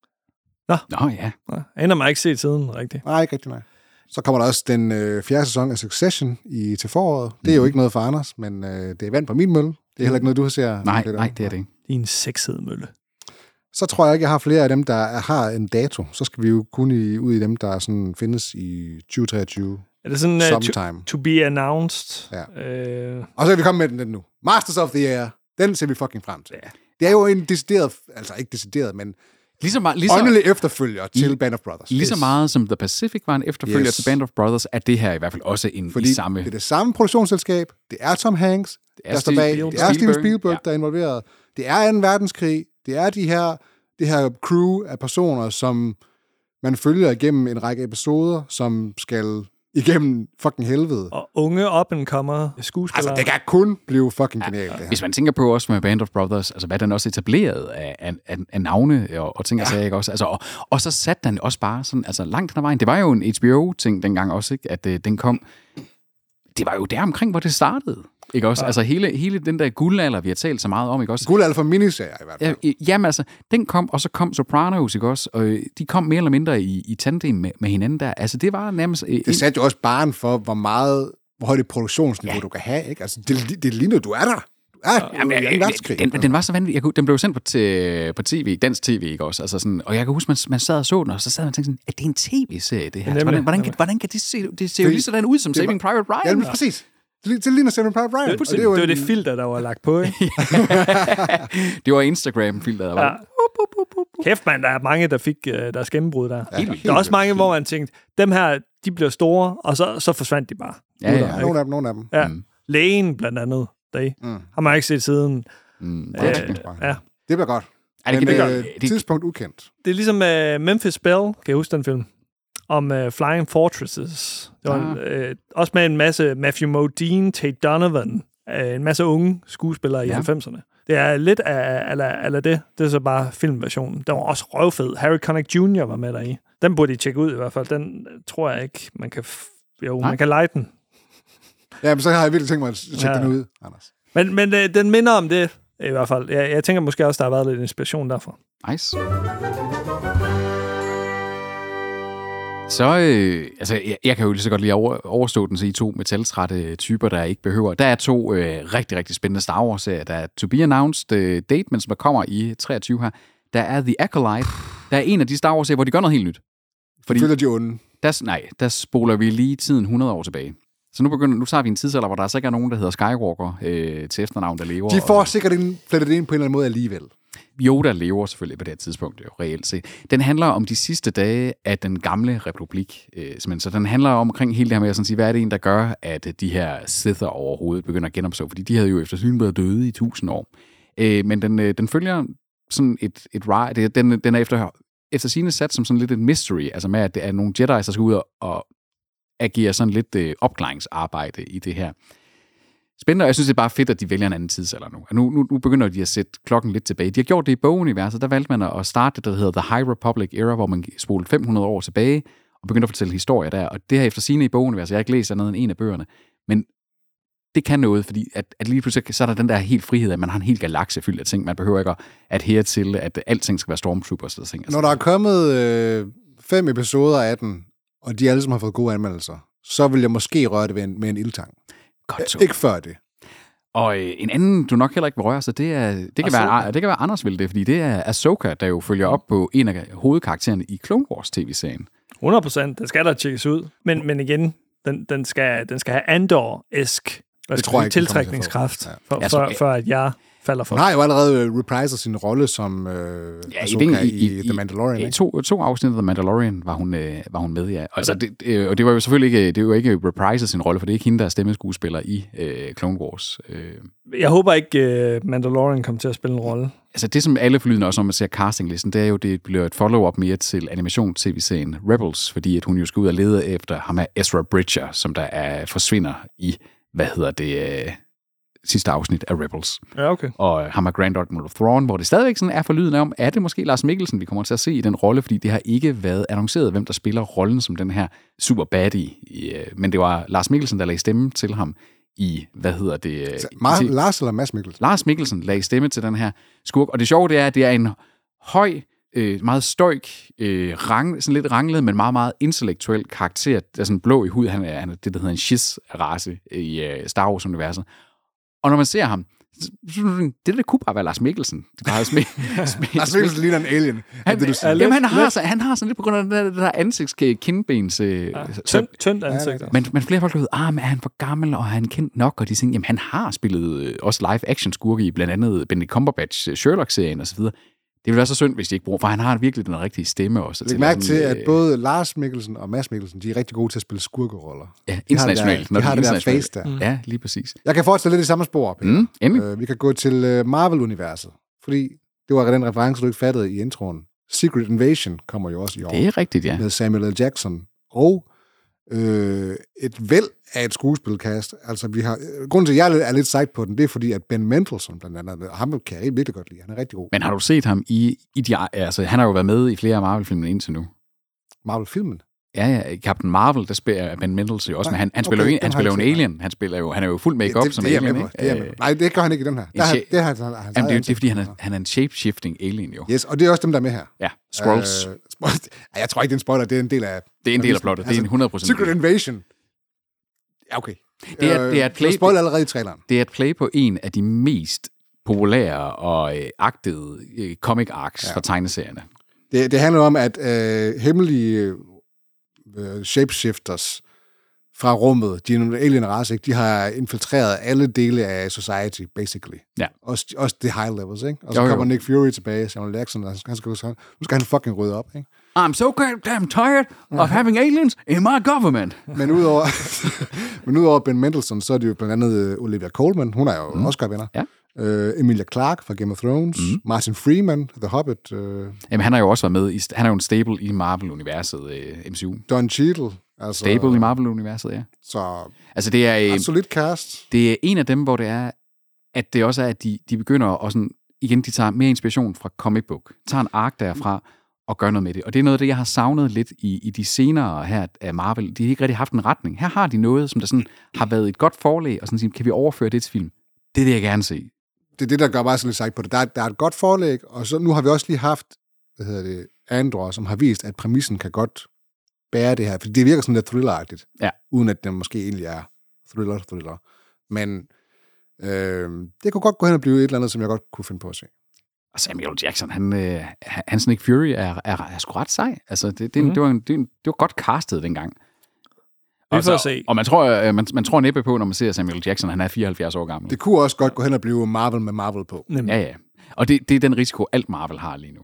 [SPEAKER 3] Nå ja.
[SPEAKER 2] Jeg ender mig ikke set siden, rigtigt.
[SPEAKER 1] Nej, ikke rigtig, nej. Så kommer der også den 4. sæson af Succession til foråret. Det er jo ikke noget for Anders, men det er vand på min mølle. Det er heller ikke noget, du ser.
[SPEAKER 3] Nej, det er det ikke.
[SPEAKER 2] Det er en sexet mølle.
[SPEAKER 1] Så tror jeg ikke, jeg har flere af dem, der har en dato. Så skal vi jo kun ud i dem, der sådan findes i 2023.
[SPEAKER 2] Er det sådan to be announced?
[SPEAKER 1] Ja. Og så kan vi komme med den nu. Masters of the Air. Den ser vi fucking frem til. Ja. Det er jo en decideret, altså ikke decideret, men åndelig efterfølger til Band of Brothers.
[SPEAKER 3] Lige så meget som The Pacific var en efterfølger til Band of Brothers, er det her i hvert fald også i samme...
[SPEAKER 1] det er det samme produktionsselskab. Det er Tom Hanks, der står bag. Det er Steven Spielberg, der er involveret. Det er 2. verdenskrig. Det er det her crew af personer, som man følger igennem en række episoder, som skal igennem fucking helvede.
[SPEAKER 2] Og unge up-and-comer skuespillere.
[SPEAKER 1] Altså, det kan kun blive fucking genialt, det her.
[SPEAKER 3] Hvis man tænker på også med Band of Brothers, altså hvad den også etableret af navne og ting, jeg ikke også. Altså, og så satte den også bare sådan, altså langt hen ad vejen. Det var jo en HBO-ting dengang også, ikke? At den kom... Det var jo der omkring, hvor det startede. Ikke også? Ja. Altså hele den der guldalder, vi har talt så meget om, ikke også?
[SPEAKER 1] Guldalder for miniserier i hvert fald.
[SPEAKER 3] Jamen altså, den kom, og så kom Sopranos, ikke også? Og de kom mere eller mindre i tandem med hinanden der. Altså det var nærmest...
[SPEAKER 1] Det satte jo også barren for, hvor højt et produktionsniveau du kan have, ikke? Altså det ligner, du er der. Du
[SPEAKER 3] Den var så vanvittig. Den blev sendt på tv, dansk tv, ikke også? Altså sådan, og jeg kan huske, man sad og så den, og så sad man og tænkte sådan, at det er en tv-serie, det her. Altså, hvordan kan det se? Det ser jo lige sådan ud som Saving Private Ryan.
[SPEAKER 1] Ja, men præcis. Det ligner Saving Private Ryan.
[SPEAKER 2] Det var det filter, der var lagt på, ikke?
[SPEAKER 3] Det var Instagram-filter, der var.
[SPEAKER 2] Ja. Kæft, man, der er mange, der fik deres gennembrud der. Ja, der er også mange, hvor man tænkte, dem her, de blev store, og så forsvandt de bare.
[SPEAKER 1] Ja. Nogle af dem.
[SPEAKER 2] Ja. Lægen, blandt andet. Har man ikke set siden.
[SPEAKER 1] Det bliver godt. Tidspunkt ukendt.
[SPEAKER 2] Det er ligesom Memphis Belle, kan jeg huske den film, om Flying Fortresses. Det var også med en masse Matthew Modine, Tate Donovan, en masse unge skuespillere i 90'erne. Det er lidt af det. Det er så bare filmversionen. Den var også røvfed. Harry Connick Jr. var med deri. Den burde I tjekke ud i hvert fald. Den tror jeg ikke, man kan... man kan lege den.
[SPEAKER 1] Ja, men så har jeg virkelig tænkt mig at tjekke den ud, Anders.
[SPEAKER 2] Men den minder om det, i hvert fald. Jeg tænker måske også, der har været lidt inspiration derfra.
[SPEAKER 3] Nice. Så, jeg kan jo lige så godt lige overstå den, så I 2 metaltrætte typer, der ikke behøver. Der er 2 rigtig, rigtig spændende Star Wars-serier. Der er To Be Announced Date, men som kommer i 23 her. Der er The Acolyte. Der er en af de Star Wars-serier, hvor de gør noget helt nyt.
[SPEAKER 1] Fordi føler de onde.
[SPEAKER 3] Der spoler vi lige tiden 100 år tilbage. Så nu tager vi en tidsalder, hvor der sikkert er nogen, der hedder Skywalker til efternavn, der lever.
[SPEAKER 1] De får sikkert flettet ind på en eller anden måde alligevel.
[SPEAKER 3] Yoda lever selvfølgelig på det her tidspunkt, jo reelt set. Den handler om de sidste dage af den gamle republik. Så den handler omkring hele det her med at sådan sige, hvad er det en, der gør, at de her Sith'er overhovedet begynder at genopstå? Fordi de havde jo efterhånden været døde i 1000 år. Men den følger sådan den er efter sigende sat som sådan lidt et mystery, altså med, at det er nogle Jedi's, der skal ud og agere sådan lidt opklaringsarbejde i det her. Spændende, og jeg synes, det er bare fedt, at de vælger en anden tidsalder nu. Nu begynder de at sætte klokken lidt tilbage. De har gjort det i boguniverset, der valgte man at starte det, der hedder The High Republic Era, hvor man spolede 500 år tilbage og begyndte at fortælle historier der. Og det her efter sigende i boguniverset, jeg har ikke læst andet end en af bøgerne, men det kan noget, fordi at lige pludselig så er der den der helt frihed, at man har en hel galakse fyldt af ting. Man behøver ikke at adhere til, at alting skal være stormtroopers og ting.
[SPEAKER 1] Når der er kommet 5 episoder af den, og de alle sammen har fået gode anmeldelser, så vil jeg måske røre det med en ildtang.
[SPEAKER 3] Godt så.
[SPEAKER 1] Ikke før det.
[SPEAKER 3] Og en anden, du nok heller ikke vil røre, så det kan være Anders vil det, fordi det er Ahsoka, der jo følger op på en af hovedkaraktererne i Clone Wars tv-serien.
[SPEAKER 2] 100%, den skal der tjekkes ud. Men igen, den skal have Andor-esk tiltrækningskraft, for at jeg falder for.
[SPEAKER 1] Hun har jo allerede repriset sin rolle som Ahsoka i The Mandalorian.
[SPEAKER 3] I to afsnit af The Mandalorian var hun med, ja. Altså, og det var jo selvfølgelig ikke, det var ikke repriset sin rolle, for det er ikke hende, der er stemmeskuespiller i Clone Wars.
[SPEAKER 2] Jeg håber ikke, Mandalorian kommer til at spille en rolle.
[SPEAKER 3] Altså det, som alle forlyder også, når man ser castinglisten, det er jo, det bliver et follow-up mere til animation-tv-serien Rebels, fordi at hun jo skal ud og lede efter ham af Ezra Bridger, som der forsvinder i, sidste afsnit af Rebels.
[SPEAKER 2] Ja, okay.
[SPEAKER 3] Og ham er Grand Admiral Thrawn, hvor det stadigvæk sådan er forlydende om, er det måske Lars Mikkelsen, vi kommer til at se i den rolle, fordi det har ikke været annonceret, hvem der spiller rollen som den her super baddie. Men det var Lars Mikkelsen, der lagde stemme til ham i,
[SPEAKER 1] Lars eller Mads Mikkelsen?
[SPEAKER 3] Lars Mikkelsen lagde stemme til den her skurk. Og det sjove, det er, at det er en høj, meget støjk, sådan lidt ranglet, men meget, meget intellektuel karakter. Der er sådan blå i hud. Han er det, der hedder en Shiz-race i Star Wars-universet. Og når man ser ham, det kunne bare være Lars Mikkelsen.
[SPEAKER 1] Lars Mikkelsen ligner en alien.
[SPEAKER 3] Han har sådan lidt på grund af det der ansigtskindbens...
[SPEAKER 2] Tyndt ansigt.
[SPEAKER 3] Men flere folk ved, er han for gammel, og er han kendt nok? Og de siger, jamen han har spillet også live-action-skurke i blandt andet Benedict Cumberbatch Sherlock-serien osv. Det vil være så synd, hvis de ikke bruger, for han har virkelig den rigtige stemme også.
[SPEAKER 1] Læg mærke til, at både Lars Mikkelsen og Mads Mikkelsen, de er rigtig gode til at spille skurkeroller.
[SPEAKER 3] Ja, internationalt.
[SPEAKER 1] De har det der face der.
[SPEAKER 3] Ja, lige præcis.
[SPEAKER 1] Jeg kan fortsætte lidt i samme spor, Peter. Vi kan gå til Marvel-universet, fordi det var den reference, du ikke fattede i introen. Secret Invasion kommer jo også i år.
[SPEAKER 3] Det er rigtigt, ja.
[SPEAKER 1] Med Samuel L. Jackson og et væld af et skuespilcast. Altså, grunden til, at jeg er lidt sejt på den, det er fordi, at Ben Mendelsohn, blandt andet, ham kan jeg virkelig godt lide. Han er rigtig god.
[SPEAKER 3] Men har du set ham han har jo været med i flere af Marvel-filmene indtil nu.
[SPEAKER 1] Marvel-filmen?
[SPEAKER 3] Ja, Captain Marvel, der spiller Ben Mendelsohn jo også, men han spiller jo en alien. Han er jo fuld make-up som alien.
[SPEAKER 1] Nej, det gør han ikke i den her. Det
[SPEAKER 3] er fordi, han er en shape-shifting alien jo.
[SPEAKER 1] Yes, og det er også dem, der er med her.
[SPEAKER 3] Ja, Skrulls.
[SPEAKER 1] Jeg tror ikke, det er en spoiler, det er en del af...
[SPEAKER 3] Det er en del af plottet, det er en 100%.
[SPEAKER 1] Secret Invasion. Ja, okay.
[SPEAKER 3] Det er et play.
[SPEAKER 1] Spoil allerede i traileren.
[SPEAKER 3] Det er et play på en af de mest populære og agtede comic arcs fra tegneserierne.
[SPEAKER 1] Det handler om, at hemmelige shapeshifters fra rummet, de er nogle alien race, ikke? De har infiltreret alle dele af society, basically.
[SPEAKER 3] Ja.
[SPEAKER 1] Også the high levels, ikke? Og så kommer Nick Fury tilbage, Samuel Jackson, og nu skal han fucking rydde op, ikke?
[SPEAKER 3] I'm so damn tired of having aliens in my government.
[SPEAKER 1] Men udover Ben Mendelsohn, så er det jo blandt andet Olivia Colman, hun er jo Oscar-vinder.
[SPEAKER 3] Ja.
[SPEAKER 1] Emilia Clarke fra Game of Thrones, Martin Freeman, The Hobbit.
[SPEAKER 3] Jamen, han har jo også været med, han er jo en staple i Marvel-universet, MCU.
[SPEAKER 1] Don Cheadle.
[SPEAKER 3] Altså, stable i Marvel-universet, ja.
[SPEAKER 1] Så
[SPEAKER 3] altså, det er
[SPEAKER 1] et solidt cast.
[SPEAKER 3] Det er en af dem, hvor det er, at det også er, at de begynder at sådan, igen, de tager mere inspiration fra comic book, tager en ark derfra og gør noget med det. Og det er noget af det, jeg har savnet lidt i de senere her af Marvel. De har ikke rigtig haft en retning. Her har de noget, som der sådan har været et godt forlæg, og sådan sige, kan vi overføre det til film? Det vil jeg gerne se.
[SPEAKER 1] Det er det, der gør mig så lidt sagt på det. Der er et godt forlæg, og så nu har vi også lige haft, Andor, som har vist, at præmissen kan godt bære det her, for det virker sådan lidt thrilleragtigt, uden at den måske egentlig er thriller. Men det kunne godt gå hen og blive et eller andet, som jeg godt kunne finde på at se.
[SPEAKER 3] Og Samuel Jackson, han Nick Fury er sgu ret sej. Altså, det var godt castet dengang.
[SPEAKER 2] Vi får se.
[SPEAKER 3] Og man tror næppe på, når man ser Samuel Jackson, han er 74 år gammel.
[SPEAKER 1] Det kunne også godt gå hen og blive Marvel med Marvel på.
[SPEAKER 3] Ja. Og det er den risiko, alt Marvel har lige nu.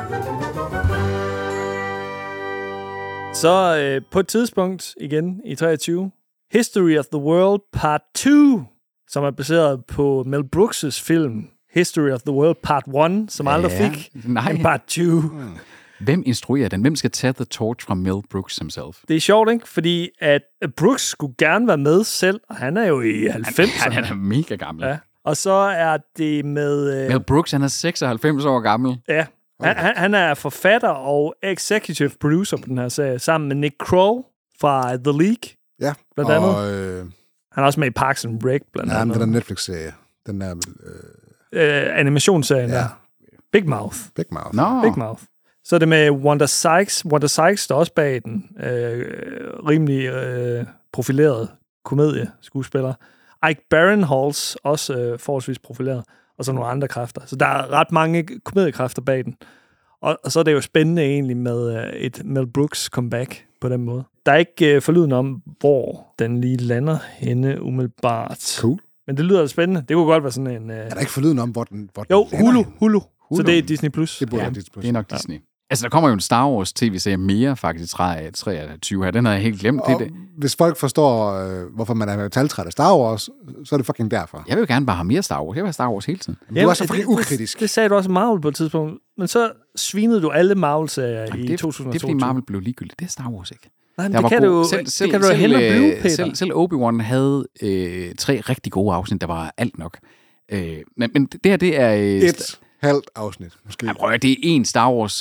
[SPEAKER 2] Så på et tidspunkt igen i 23, History of the World Part 2, som er baseret på Mel Brooks' film History of the World Part 1, som aldrig fik en Part 2.
[SPEAKER 3] Hvem instruerer den? Hvem skal tage the torch fra Mel Brooks himself?
[SPEAKER 2] Det er sjovt, ikke? Fordi at Brooks skulle gerne være med selv, og han er jo i 90'erne.
[SPEAKER 3] Han er mega gammel.
[SPEAKER 2] Ja. Og så er det med...
[SPEAKER 3] Mel Brooks, han er 96 år gammel.
[SPEAKER 2] Ja. Han er forfatter og executive producer på den her serie, sammen med Nick Kroll fra The League.
[SPEAKER 1] Ja,
[SPEAKER 2] blandt andet. Han er også med i Parks and Rec, blandt andet.
[SPEAKER 1] Ja, den der Netflix-serie. Den der...
[SPEAKER 2] animationsserien, Big Mouth.
[SPEAKER 3] No.
[SPEAKER 2] Big Mouth. Så er det med Wanda Sykes. Wanda Sykes, der også bag den rimelig profileret komedieskuespiller. Ike Barinholtz, også forholdsvis profileret. Og så nogle andre kræfter. Så der er ret mange komediekræfter bag den. Og så er det jo spændende egentlig med et Mel Brooks comeback på den måde. Der er ikke forlyden om, hvor den lige lander henne umiddelbart.
[SPEAKER 1] Cool.
[SPEAKER 2] Men det lyder spændende. Det kunne godt være sådan en...
[SPEAKER 1] Er der ikke forlyden om, hvor den
[SPEAKER 2] Hulu. Så det er Disney+.
[SPEAKER 1] Det
[SPEAKER 3] er nok Disney. Altså, der kommer jo en Star Wars tv-serie mere faktisk 23 her. Den har jeg helt glemt.
[SPEAKER 1] Hvis folk forstår, hvorfor man er metaltræt af Star Wars, så er det fucking derfor.
[SPEAKER 3] Jeg vil jo gerne bare have mere Star Wars. Jeg vil have Star Wars hele tiden.
[SPEAKER 1] Men du er så fucking ukritisk.
[SPEAKER 2] Det sagde du også Marvel på et tidspunkt. Men så svinede du alle Marvel-serier i 2022.
[SPEAKER 3] Det er fordi Marvel blev ligegyldigt. Det er Star Wars ikke.
[SPEAKER 2] Nej, det kan du heller blive, Peter.
[SPEAKER 3] Selv Obi-Wan havde 3 rigtig gode afsnit. Der var alt nok. Men det her, det er...
[SPEAKER 1] Et halvt afsnit, måske.
[SPEAKER 3] Ja, det er en Star Wars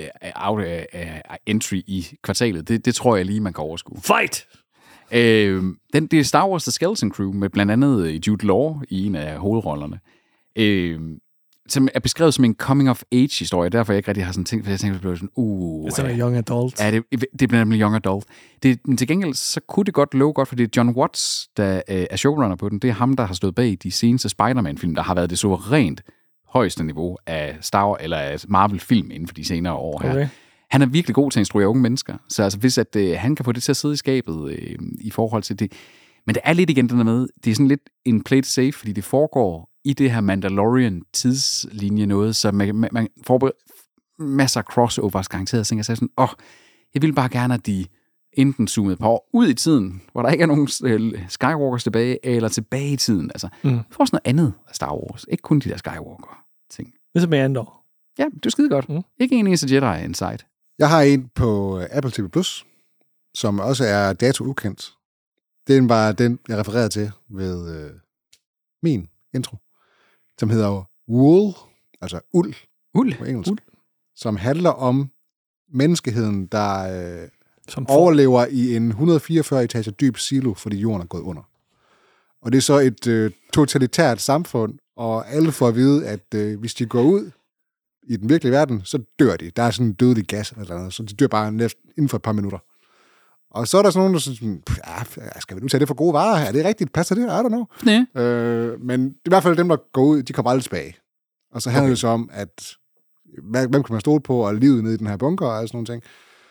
[SPEAKER 3] entry i kvartalet. Det tror jeg lige, man kan overskue.
[SPEAKER 2] Fight!
[SPEAKER 3] Det er Star Wars The Skeleton Crew, med blandt andet Jude Law i en af hovedrollerne. Som er beskrevet som en coming-of-age-historie. Derfor jeg ikke rigtig har sådan tænkt, for jeg tænkte, det blev sådan,
[SPEAKER 2] det er sådan en young adult.
[SPEAKER 3] Ja, det bliver nemlig young adult. Men til gengæld, så kunne det godt love godt, for det er John Watts, der er showrunner på den. Det er ham, der har stået bag de seneste Spider-Man-film, der har været det suverænt højeste niveau af af Marvel-film inden for de senere år her. Okay. Han er virkelig god til at instruere unge mennesker. Så altså, hvis han kan få det til at sidde i skabet i forhold til det. Men det er lidt igen den der med, det er sådan lidt en play it safe, fordi det foregår i det her Mandalorian-tidslinje noget, så man får masser af crossovers garanteret. Så jeg sagde sådan, jeg vil bare gerne, at de enten zoomede på ud i tiden, hvor der ikke er nogen Skywalkers tilbage, eller tilbage i tiden. Altså, får sådan noget andet af Star Wars. Ikke kun de der Skywalker-ting.
[SPEAKER 2] Ligesom med Andor.
[SPEAKER 3] Ja, det er skide godt. Ikke en eneste Jedi Inside.
[SPEAKER 1] Jeg har en på Apple TV+, som også er dato ukendt. Den var den, jeg refererede til ved min intro, som hedder Wool, altså uld på engelsk, som handler om menneskeheden, der overlever i en 144 etager dyb silo, fordi jorden er gået under. Og det er så et totalitært samfund, og alle får at vide, at hvis de går ud i den virkelige verden, så dør de. Der er sådan en dødelig gas eller noget, så de dør bare inden for et par minutter. Og så er der sådan nogen, der synes, skal vi nu tage det for gode varer? Er det rigtigt? Passer det? I don't know.
[SPEAKER 3] Nej.
[SPEAKER 1] Men i hvert fald dem, der går ud, de kommer aldrig tilbage. Og så handler det så om, at hvem kan man stole på, og livet nede i den her bunker, og sådan nogle ting.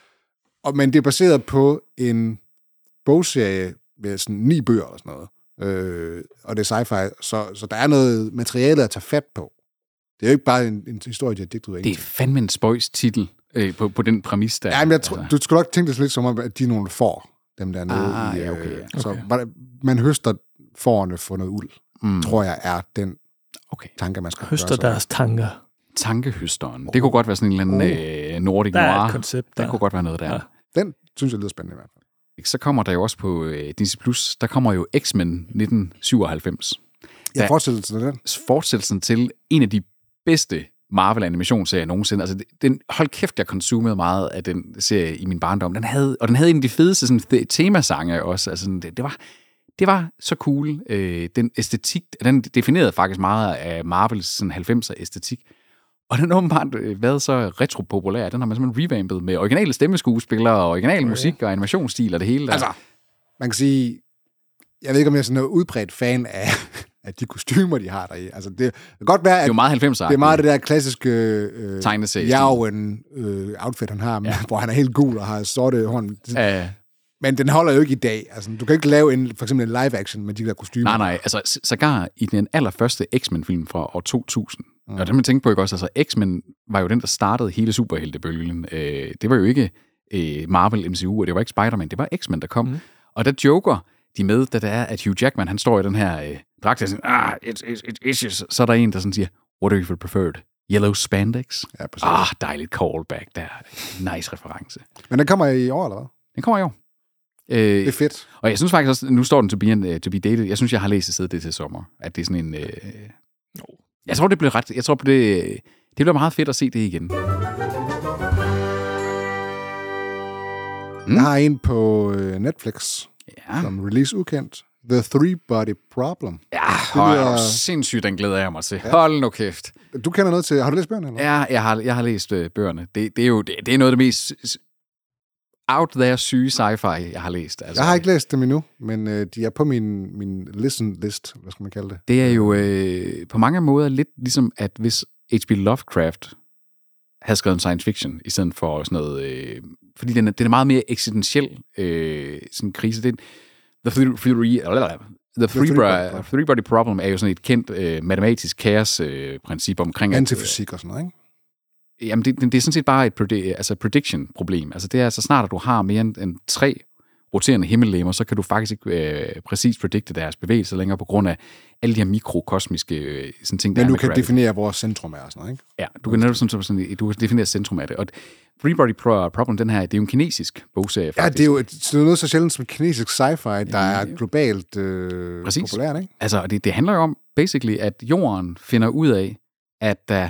[SPEAKER 1] Men det er baseret på en bogserie med sådan 9 bøger og sådan noget. Og det er sci-fi, så der er noget materiale at tage fat på. Det er jo ikke bare en historie, de har digtet ud af.
[SPEAKER 3] Det er fandme en spøjs titel på den præmis, der.
[SPEAKER 1] Ja, men jeg tror, du skulle nok tænke det lidt som om, at de er nogle får, dem der nede i.
[SPEAKER 3] Okay.
[SPEAKER 1] Så man høster fårene for noget uld, tror jeg er den tanke, man skal
[SPEAKER 2] høster deres tanker.
[SPEAKER 3] Tankehøsteren. Det kunne godt være sådan en eller anden Nordic Noir.
[SPEAKER 2] Der er et koncept der.
[SPEAKER 3] Det kunne godt være noget der.
[SPEAKER 1] Ja. Den synes jeg lyder spændende i hvert fald.
[SPEAKER 3] Så kommer der jo også på Disney+, der kommer jo X-Men 1997.
[SPEAKER 1] Ja, fortsættelsen
[SPEAKER 3] til en af de bedste Marvel-animationsserier nogensinde. Altså, hold kæft, jeg konsumede meget af den serie i min barndom. Den havde en af de fedeste sådan, temasange også. Altså, det var så cool. Den æstetik, den definerede faktisk meget af Marvels sådan, 90'er æstetik. Og den har åbenbart været så retropopulær. Den har man simpelthen revampet med originale stemmeskuespillere, og original musik og animationsstil og det hele der.
[SPEAKER 1] Altså, man kan sige, jeg ved ikke, om jeg er sådan en udbredt fan af de kostymer, de har deri. Altså, det kan godt være, at
[SPEAKER 3] det er jo meget 90'er.
[SPEAKER 1] Det er meget det der klassiske Jarven outfit, han har, hvor han er helt gul og har sorte horn. Men den holder jo ikke i dag. Altså, du kan ikke lave for eksempel en live-action med de der kostymer.
[SPEAKER 3] Nej. Altså, sågar i den allerførste X-Men-film fra år 2000. Og det man tænker på, ikke også? Altså, X-Men var jo den, der startede hele superheltebølgen. Det var jo ikke Marvel MCU, og det var ikke Spider-Man. Det var X-Men, der kom. Og der joker de med, da det er, at Hugh Jackman, han står i den her dragt og siger, it's issues. Så er der en, der sådan siger, what are you preferred? Yellow spandex?
[SPEAKER 1] Ja, præcis.
[SPEAKER 3] Dejligt callback der. Nice reference.
[SPEAKER 1] Men den kommer i år, eller hvad?
[SPEAKER 3] Den kommer i år.
[SPEAKER 1] Det er fedt.
[SPEAKER 3] Og jeg synes faktisk også, nu står den to be dated. Jeg synes, jeg har læst et sted det til sommer. At det er sådan en... Jeg tror, det bliver ret... Jeg tror, det bliver meget fedt at se det igen.
[SPEAKER 1] Jeg har en på Netflix, som release ukendt. The Three Body Problem.
[SPEAKER 3] Ja, sindssygt, den glæder jeg mig til. Ja. Hold nu kæft.
[SPEAKER 1] Du kender noget til... Har du læst bøgerne? Eller?
[SPEAKER 3] Ja, jeg har læst bøgerne. Det er jo det er noget af det mest out there syge sci-fi, jeg har læst. Altså,
[SPEAKER 1] jeg har ikke læst dem endnu, men de er på min listen list, hvad skal man kalde det?
[SPEAKER 3] Det er jo på mange måder lidt ligesom, at hvis H.P. Lovecraft havde skrevet en science fiction, i stedet for sådan noget... fordi den er meget mere eksistentiel sådan krise. The Three Body Problem er jo sådan et kendt matematisk kaos-princip omkring...
[SPEAKER 1] Antifysik og sådan noget, ikke?
[SPEAKER 3] Jamen, det er sådan set bare et prediction-problem. Altså, det er så snart, at du har mere end 3 roterende himmellegemer, så kan du faktisk ikke præcis predikte deres bevægelser længere på grund af alle de her mikrokosmiske sådan ting, der
[SPEAKER 1] men du kan definere, hvor centrum er og sådan noget, ikke?
[SPEAKER 3] Ja, du kan netop du kan definere centrum af det. Og Three Body Problem, den her, det er jo en kinesisk bogserie, faktisk.
[SPEAKER 1] Ja, det er jo noget så sjældent som kinesisk sci-fi, der er globalt populært, ikke?
[SPEAKER 3] Altså, det handler jo om, basically, at jorden finder ud af, at der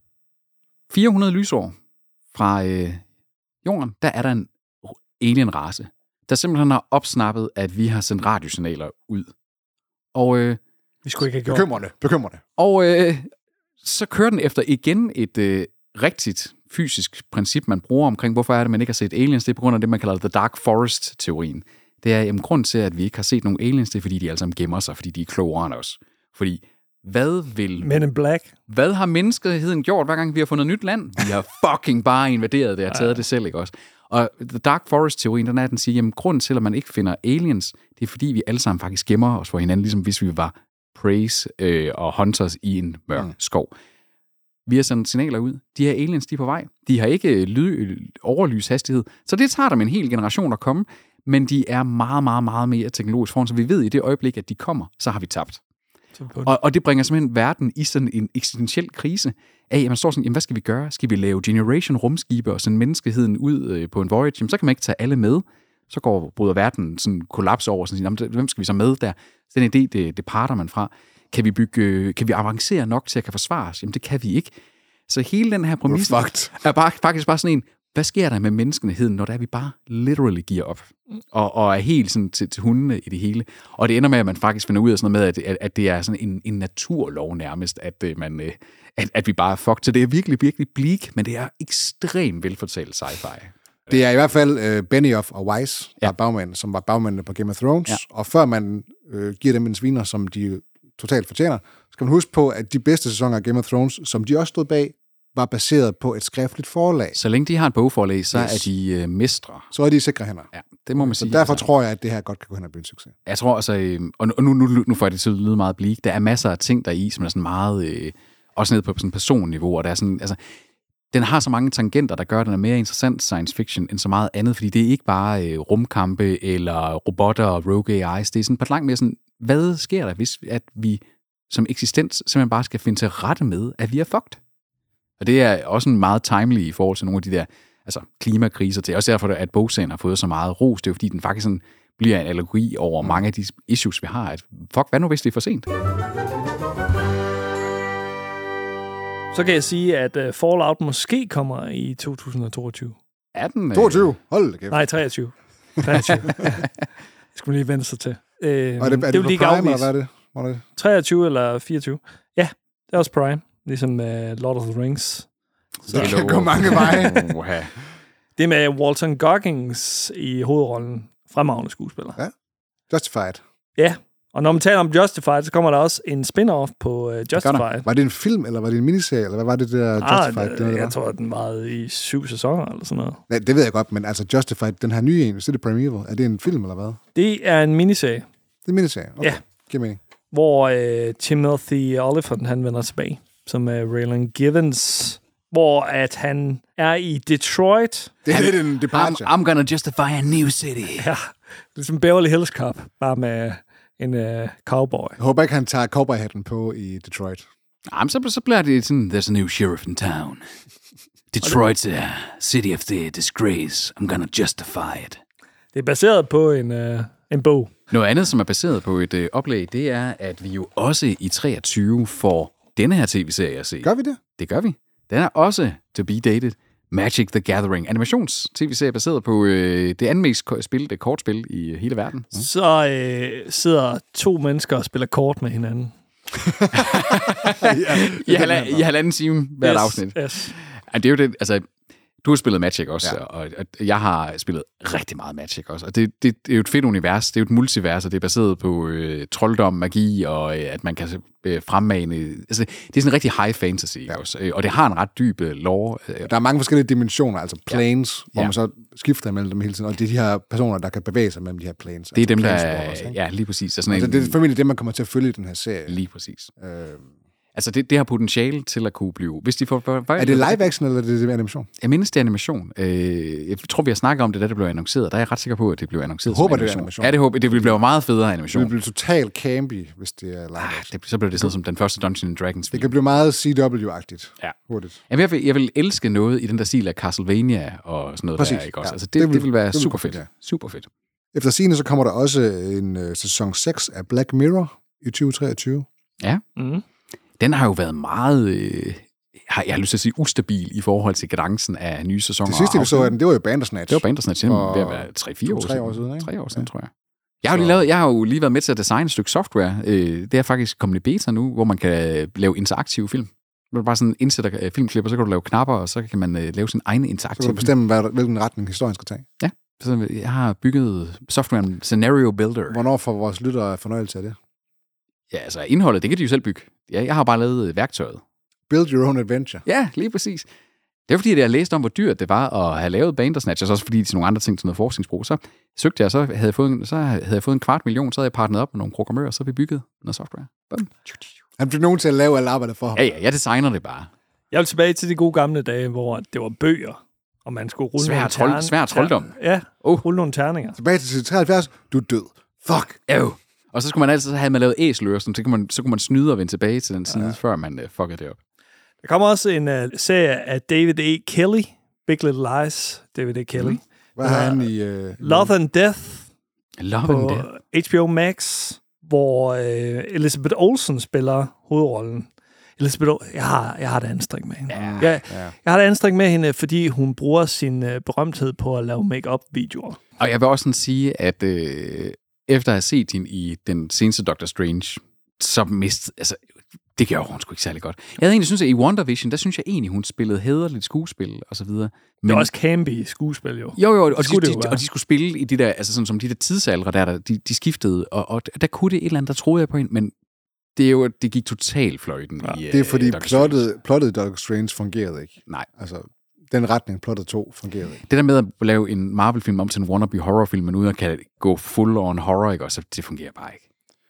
[SPEAKER 3] 400 lysår fra jorden, der er der en alien-race, der simpelthen har opsnappet, at vi har sendt radiosignaler ud. Og
[SPEAKER 2] vi skulle ikke have gjort
[SPEAKER 1] bekymrende.
[SPEAKER 3] Og så kører den efter igen et rigtigt fysisk princip, man bruger omkring, hvorfor er det, man ikke har set aliens. Det er på grund af det, man kalder The Dark Forest-teorien. Det er grund til, at vi ikke har set nogen aliens, det er, fordi de alle sammen gemmer sig, fordi de er klogere end os. Fordi
[SPEAKER 2] Men in Black.
[SPEAKER 3] Hvad har menneskeheden gjort, hver gang vi har fundet nyt land? Vi har fucking bare invaderet det og taget det selv, ikke også? Og The Dark Forest-teorien, den er, at den siger, jamen, grunden til, at man ikke finder aliens, det er, fordi vi alle sammen faktisk gemmer os for hinanden, ligesom hvis vi var preys og hunters i en mørk skov. Vi har sendt signaler ud. De her aliens, de er på vej. De har ikke overlyshastighed, så det tager dem en hel generation at komme, men de er meget, meget, meget mere teknologisk foran, så vi ved i det øjeblik, at de kommer, så har vi tabt. Og det bringer simpelthen verden i sådan en eksistentiel krise af, at man står sådan, jamen hvad skal vi gøre? Skal vi lave Generation rumskibe og sende menneskeheden ud på en voyage? Jamen, så kan man ikke tage alle med. Så bryder verden sådan kollaps over, sådan, jamen, hvem skal vi så med der? Den idé, det parter man fra. Kan vi avancere nok til at kan forsvare os? Jamen, det kan vi ikke. Så hele den her præmis er faktisk bare sådan en, hvad sker der med menneskeheden, når det er, vi bare literally giver op? Og er helt sådan til hundene i det hele. Og det ender med, at man faktisk finder ud af sådan noget med, at det er sådan en naturlov nærmest, at vi bare er fucked. Så det er virkelig, virkelig bleak, men det er ekstremt velfortalt sci-fi.
[SPEAKER 1] Det er i hvert fald Benioff og Weiss, der er bagmænd, som var bagmændene på Game of Thrones. Ja. Og før man giver dem en sviner, som de totalt fortjener, skal man huske på, at de bedste sæsoner af Game of Thrones, som de også stod bag, var baseret på et skriftligt forlag.
[SPEAKER 3] Så længe de har et bogforlag, så er de mestre.
[SPEAKER 1] Så er de sikre hænder.
[SPEAKER 3] Ja, det må man sige.
[SPEAKER 1] Så derfor tror jeg, at det her godt kan gå hen og blive en succes.
[SPEAKER 3] Jeg tror altså, og nu får jeg det til at lyde meget bleak, der er masser af ting der i, som er sådan meget, også ned på sådan personniveau, og der er sådan, altså, den har så mange tangenter, der gør, at den er mere interessant science fiction end så meget andet, fordi det er ikke bare rumkampe eller robotter og rogue AIs, det er sådan på langt mere sådan, hvad sker der, hvis at vi som eksistens simpelthen bare skal finde til rette med, at vi er fucked? Og det er også en meget timely i forhold til nogle af de der klimakriser. Det er også derfor, at bogserien har fået så meget ros. Det er jo fordi, den faktisk sådan bliver en allergi over mange af de issues, vi har. At, fuck, hvad nu, hvis det er for sent?
[SPEAKER 2] Så kan jeg sige, at Fallout måske kommer i 2022.
[SPEAKER 3] 18?
[SPEAKER 1] 22? Hold da kæft.
[SPEAKER 2] Nej, 23. 23. Det skulle man lige vente sig til.
[SPEAKER 1] Og er det på Prime, eller hvad er det?
[SPEAKER 2] 23 eller 24. Ja, det er også Prime. Ligesom Lord of the Rings.
[SPEAKER 1] Så det kan gå mange veje.
[SPEAKER 2] Det er med Walton Goggins i hovedrollen. Fremragende skuespiller.
[SPEAKER 1] Ja. Justified.
[SPEAKER 2] Ja, og når man taler om Justified, så kommer der også en spin-off på Justified.
[SPEAKER 1] Var det en film, eller var det en miniserie, eller hvad var det der Justified?
[SPEAKER 2] Jeg tror, den varede i 7 sæsoner, eller sådan noget.
[SPEAKER 1] Ja, det ved jeg godt, men altså Justified, den her nye en, City Primeval, er det en film, eller hvad?
[SPEAKER 2] Det er en miniserie.
[SPEAKER 1] Det er en miniserie? Okay.
[SPEAKER 2] Ja.
[SPEAKER 1] Giver mening.
[SPEAKER 2] Hvor Timothy Olyphant, han vender tilbage, som er Raylan Givens, hvor at han er i Detroit.
[SPEAKER 1] Det er lidt en departure.
[SPEAKER 3] I'm gonna justify a new city.
[SPEAKER 2] Ja, det er som Beverly Hills Cop, bare med en cowboy.
[SPEAKER 1] Jeg håber ikke, han tager cowboyhatten på i Detroit.
[SPEAKER 3] Jamen, så bliver det sådan, there's a new sheriff in town. Detroit's a city of the disgrace. I'm gonna justify it.
[SPEAKER 2] Det er baseret på en bog.
[SPEAKER 3] Noget andet, som er baseret på et oplæg, det er, at vi jo også i 23 får denne her tv-serie at se.
[SPEAKER 1] Gør vi det?
[SPEAKER 3] Det gør vi. Den er også to be dated. Magic the Gathering. Animations-tv-serie baseret på det andet mest spillede kortspil i hele verden.
[SPEAKER 2] Så sidder 2 mennesker og spiller kort med hinanden.
[SPEAKER 3] I halvanden time hvert afsnit.
[SPEAKER 2] Yes.
[SPEAKER 3] Det er jo det, altså, du har spillet Magic også, og jeg har spillet rigtig meget Magic også. Og det er jo et fedt univers. Det er jo et multivers, og det er baseret på trolddom, magi, og at man kan fremmane. Altså, det er sådan en rigtig high fantasy også. Og det har en ret dyb lore.
[SPEAKER 1] Der er mange forskellige dimensioner, altså planes, hvor man så skifter mellem dem hele tiden. Og det er de her personer, der kan bevæge sig mellem de her planes.
[SPEAKER 3] Det er dem, der lige præcis.
[SPEAKER 1] Altså, det er formentlig det, man kommer til at følge i den her serie.
[SPEAKER 3] Lige præcis. Altså, det har potentiale til at kunne blive... Hvis de får,
[SPEAKER 1] er det live action, eller er det animation?
[SPEAKER 3] Jeg mindes, det er animation. Jeg tror, vi har snakket om det, da det blev annonceret. Der er jeg ret sikker på, at det blev annonceret
[SPEAKER 1] som animation.
[SPEAKER 3] Ja, det håber. Det vil blive meget federe animation.
[SPEAKER 1] Det vil blive totalt campy, hvis det er live action.
[SPEAKER 3] Så bliver det sådan som den første Dungeons & Dragons.
[SPEAKER 1] Det kan blive meget CW-agtigt.
[SPEAKER 3] Ja.
[SPEAKER 1] Hurtigt.
[SPEAKER 3] Jeg vil elske noget i den der stil af Castlevania og sådan noget.
[SPEAKER 1] Præcis.
[SPEAKER 3] Der, ikke også? Altså, det vil være super fedt. Ja. Super fedt.
[SPEAKER 1] Efter sigende, så kommer der også en sæson 6 af Black Mirror i 2023.
[SPEAKER 3] Ja.
[SPEAKER 2] Mm.
[SPEAKER 3] Den har jo været meget, jeg har lyst til at sige, ustabil i forhold til kadencen af nye sæsoner.
[SPEAKER 1] Det sidste, vi så af den, det var jo Bandersnatch.
[SPEAKER 3] Det var Bandersnatch, ved at være 3-4 år siden.
[SPEAKER 1] Ikke?
[SPEAKER 3] 3 år siden, tror jeg. Jeg har jo lige været med til at designe et stykke software. Det er faktisk kommet i beta nu, hvor man kan lave interaktive film. Man bare sådan indsætter filmklip, og så kan du lave knapper, og så kan man lave sin egen interaktive film.
[SPEAKER 1] Så kan du bestemme, hvilken retning historien skal tage.
[SPEAKER 3] Ja, så jeg har bygget softwaren Scenario Builder.
[SPEAKER 1] Hvornår får vores lyttere fornøjelse af det?
[SPEAKER 3] Ja, altså indholdet, det kan de jo selv bygge. Ja, jeg har bare lavet værktøjet.
[SPEAKER 1] Build your own adventure.
[SPEAKER 3] Ja, lige præcis. Det var fordi, at jeg læste om, hvor dyrt det var at have lavet Bandersnatch, og så også fordi til nogle andre ting, til noget forskningsbrug. Så søgte jeg, så havde jeg fået en 250.000, så havde jeg partneret op med nogle programmører, så vi bygget noget software. Bum.
[SPEAKER 1] Han fik nogen til at lave alle arbejdet for ham.
[SPEAKER 3] Ja, jeg designer det bare.
[SPEAKER 2] Jeg vil tilbage til de gode gamle dage, hvor det var bøger, og man skulle rulle nogle terninger.
[SPEAKER 3] Svær trolddom.
[SPEAKER 2] Ja, rulle nogle terninger.
[SPEAKER 1] Tilbage til 73, du er død. Fuck.
[SPEAKER 3] Og så skulle man altid have lavet æselører, så kunne man snyde og vende tilbage til den side, før man fuckede det op.
[SPEAKER 2] Der kommer også en serie af David E. Kelly, Big Little Lies, David E. Kelly.
[SPEAKER 1] Hvad har han i...
[SPEAKER 2] Love and Death
[SPEAKER 3] på
[SPEAKER 2] HBO Max, hvor Elizabeth Olsen spiller hovedrollen. Elizabeth, jeg har det anstrengt med hende. Jeg har det anstrengt med hende, fordi hun bruger sin berømthed på at lave make-up-videoer.
[SPEAKER 3] Og jeg vil også sådan sige, at efter at have set hende i den seneste Doctor Strange, så Det gjorde hun sgu ikke særlig godt. Jeg havde egentlig synes, at i WandaVision, der synes jeg egentlig, hun spillede hæderligt skuespil og så videre. Men
[SPEAKER 2] det var også campy skuespil, jo.
[SPEAKER 3] Jo, og de skulle spille i de der, altså sådan som de der tidsalder, der de skiftede, og der kunne det et eller andet, der troede jeg på hende, men det er jo, det gik totalt fløjten i
[SPEAKER 1] det er fordi plottet i Doctor Strange fungerede ikke.
[SPEAKER 3] Nej.
[SPEAKER 1] Altså, den retning, plottet 2 fungerede ikke.
[SPEAKER 3] Det der med at lave en Marvel-film om til en wannabe horrorfilm, men uden at kan gå full on horror, ikke? Og så det fungerer bare ikke.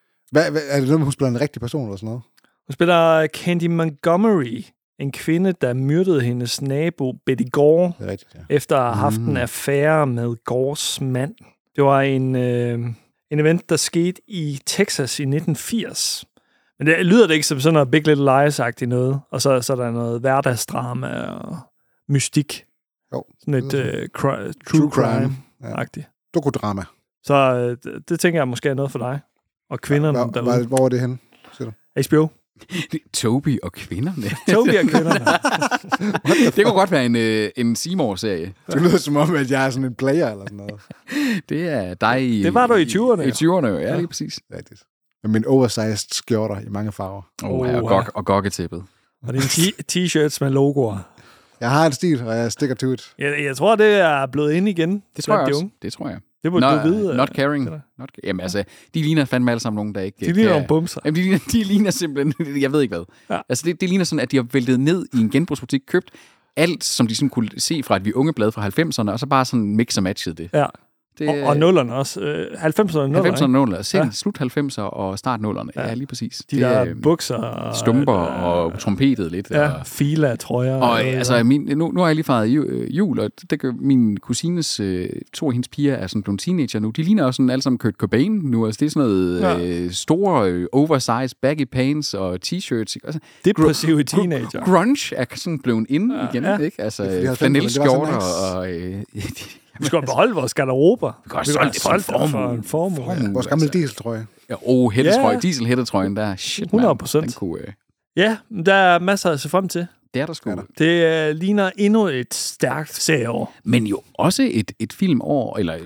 [SPEAKER 1] Er det noget, hun spiller en rigtig person eller sådan noget?
[SPEAKER 2] Hun spiller Candy Montgomery, en kvinde, der myrdede hendes nabo Betty Gore, efter at have haft en affære med Gores mand. Det var en event, der skete i Texas i 1980. Men det lyder det ikke som sådan noget Big Little Lies-agtigt noget, og så er der noget hverdagsdrama og mystik.
[SPEAKER 1] Jo.
[SPEAKER 2] Sådan et true crime-agtigt.
[SPEAKER 1] Dokudrama.
[SPEAKER 2] Så det tænker jeg måske er noget for dig. Og kvinderne derude.
[SPEAKER 1] Hvor er det henne?
[SPEAKER 2] HBO.
[SPEAKER 3] Toby og kvinderne.
[SPEAKER 2] Toby og kvinderne.
[SPEAKER 3] Det kunne godt være en Seymour-serie.
[SPEAKER 1] Det lyder som om, at jeg er sådan en player eller sådan noget.
[SPEAKER 3] Det er dig i...
[SPEAKER 2] Det var du i 20'erne.
[SPEAKER 3] I 20'erne, ja, lige præcis.
[SPEAKER 1] Rigtigt. Med min oversized skjorter i mange farver.
[SPEAKER 3] Og gokketæppet.
[SPEAKER 2] Og det er t-shirts med logoer.
[SPEAKER 1] Jeg har en stil, og jeg stikker to it.
[SPEAKER 2] Jeg tror, det er blevet ind igen.
[SPEAKER 3] Det tror jeg også. Det tror jeg.
[SPEAKER 2] Det må du vide.
[SPEAKER 3] Not caring. Jamen altså, de ligner fandme alle sammen nogen, der ikke...
[SPEAKER 2] De ligner nogle bumser.
[SPEAKER 3] Jamen, de ligner simpelthen... Jeg ved ikke hvad. Ja. Altså, det ligner sådan, at de har væltet ned i en genbrugsbutik, købt alt, som de sådan kunne se fra et ungeblad fra 90'erne, og så bare sådan mix og matchet det.
[SPEAKER 2] Ja. Og nullerne også. 90'erne og nullerne.
[SPEAKER 3] 90'erne og nullerne. Selv slut 90'er og start nullerne. Ja, lige præcis.
[SPEAKER 2] De der bukser. Og
[SPEAKER 3] stumper og trompetet lidt.
[SPEAKER 2] Ja, fila, trøjer.
[SPEAKER 3] Og altså, nu har jeg lige fejret jul, og min kusines, to af hendes piger er sådan nogle teenager nu. De ligner også sådan alle sammen Kurt Cobain nu. Altså, det er sådan noget store, oversized, baggy pants og t-shirts. Altså,
[SPEAKER 2] depressive teenager.
[SPEAKER 3] Grunge er sådan blevet inde igen, ikke? Altså, flanelskjorter og...
[SPEAKER 2] Vi skal beholde vores garderober.
[SPEAKER 3] Vi kan også
[SPEAKER 2] for en formue.
[SPEAKER 1] Vores gamle dieseltrøje.
[SPEAKER 3] Ja, hættetrøje. Diesel-hættetrøjen, der shit,
[SPEAKER 2] 100%.
[SPEAKER 3] Den kunne...
[SPEAKER 2] Ja, der er masser at se frem til.
[SPEAKER 3] Det er der sgu.
[SPEAKER 2] Det ligner endnu et stærkt serieår.
[SPEAKER 3] Men jo også et filmår, eller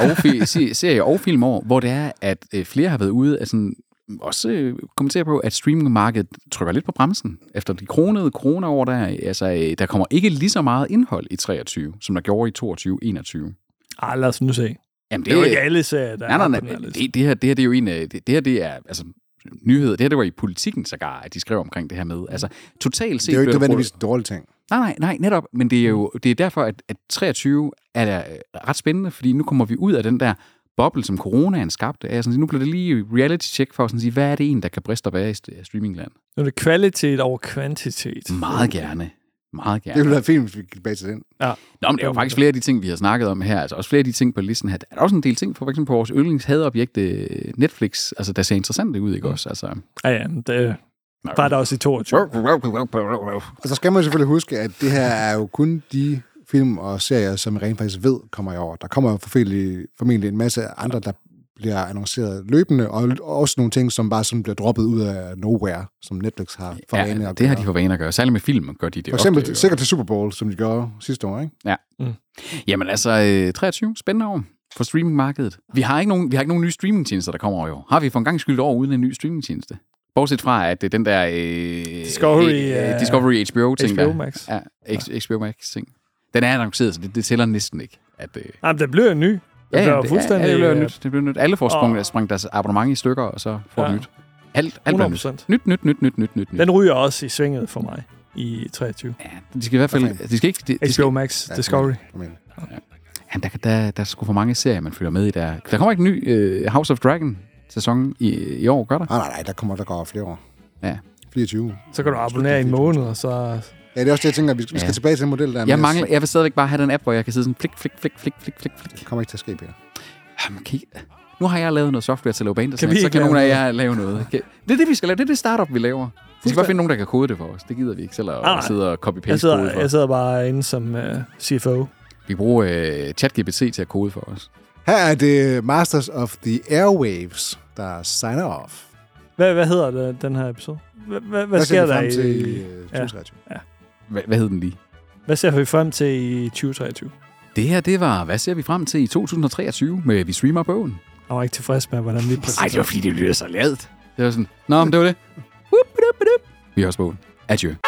[SPEAKER 3] serie- og filmår, hvor det er, at flere har været ude af sådan... Også kommentere på, at streamingmarkedet trykker lidt på bremsen. Efter de kronede corona-år der, altså, der kommer ikke lige så meget indhold i 23, som der gjorde i 22-21.
[SPEAKER 2] Lad os nu se. Jamen, det er jo ikke alle serier, der er
[SPEAKER 3] på det her, det er jo en... Det her, det er... Altså, nyheder. Det her, det var i Politikken sågar, at de skrev omkring det her med. Altså, totalt set...
[SPEAKER 1] Det er jo ikke nødvendigvis en dårlig ting.
[SPEAKER 3] Nej, netop. Men det er jo det er derfor, at 23 er ret spændende, fordi nu kommer vi ud af den der boble, som coronaen skabte. Altså, nu bliver det lige reality-check for at sige, hvad er det en, der kan briste og være i streamingland?
[SPEAKER 2] Nu er det kvalitet over kvantitet.
[SPEAKER 3] Meget gerne. Meget gerne.
[SPEAKER 1] Det ville være fint, hvis vi gik tilbage til den.
[SPEAKER 2] Ja.
[SPEAKER 3] Nå, men det er jo faktisk flere af de ting, vi har snakket om her. Altså også flere af de ting på listen her. Der er også en del ting, for eksempel på vores yndlingshadeobjekt Netflix, altså der ser interessant ud, ikke også? Altså,
[SPEAKER 2] ja, det var der også i 22.
[SPEAKER 1] Og så skal man selvfølgelig huske, at det her er jo kun de film og serier, som jeg rent faktisk ved kommer i år. Der kommer jo formentlig en masse andre, der bliver annonceret løbende, og også nogle ting, som bare sådan bliver droppet ud af nowhere, som Netflix har for vane at gøre.
[SPEAKER 3] Det har de for vane at gøre. Særligt med film gør de det.
[SPEAKER 1] For eksempel sikkert til Super Bowl, som de gjorde sidste år, ikke?
[SPEAKER 3] Ja. Jamen altså, 23, spændende år for streamingmarkedet. Vi har ikke nogen nye streamingtjenester, der kommer i år. Har vi for en gang skyldt over uden en ny streamingtjeneste? Bortset fra, at den der Discovery HBO-ting
[SPEAKER 2] HBO Max.
[SPEAKER 3] Ja, HBO Max-ting. Den er annonceret, så det tæller næsten ikke.
[SPEAKER 2] Jamen, der bliver en ny.
[SPEAKER 3] Det bliver nyt. Alle får sprængt deres abonnement i stykker, og så får de nyt. Alt 100%. Nyt.
[SPEAKER 2] Den ryger også i svinget for mig i 23.
[SPEAKER 3] Ja, de skal i hvert fald...
[SPEAKER 2] HBO Max, Discovery.
[SPEAKER 3] Ja, der er sgu for mange serier, man følger med i der. Der kommer ikke en ny House of Dragon-sæson i år, gør der?
[SPEAKER 1] Nej, der går flere år.
[SPEAKER 3] Ja.
[SPEAKER 1] 24.
[SPEAKER 2] Så kan du abonnere i en måned, og så...
[SPEAKER 1] Ja, det er også det, jeg tænker, at vi skal tilbage til den model der.
[SPEAKER 3] Jeg vil stadigvæk bare have den app, hvor jeg kan sidde sådan flik.
[SPEAKER 1] Det kommer ikke til at ske, Peter.
[SPEAKER 3] Jamen, nu har jeg lavet noget software til at lave banedesign, så kan nogen af jer lave noget. Det er det, vi skal lave. Det er det startup, vi laver. Vi skal bare finde nogen, der kan kode det for os. Det gider vi ikke selv at sidde og copy-paste kode for.
[SPEAKER 2] Jeg sidder bare inde som CFO.
[SPEAKER 3] Vi bruger ChatGPT til at kode for os.
[SPEAKER 1] Her er det Masters of the Airwaves, der signer off.
[SPEAKER 2] Hvad hedder det, den her episode? Hvad sker der i
[SPEAKER 1] 2023?
[SPEAKER 2] Ja.
[SPEAKER 3] Hvad hed den lige?
[SPEAKER 2] Hvad ser vi frem til i 2023?
[SPEAKER 3] Det her, det var, hvad ser vi frem til i 2023 med Vi Streamer Bogen?
[SPEAKER 2] Jeg var ikke tilfreds med, hvordan vi præcis...
[SPEAKER 3] Nej, det var fordi, det lyder så lavet. Det var sådan, nå, men det var det. Vi høres på. Adieu.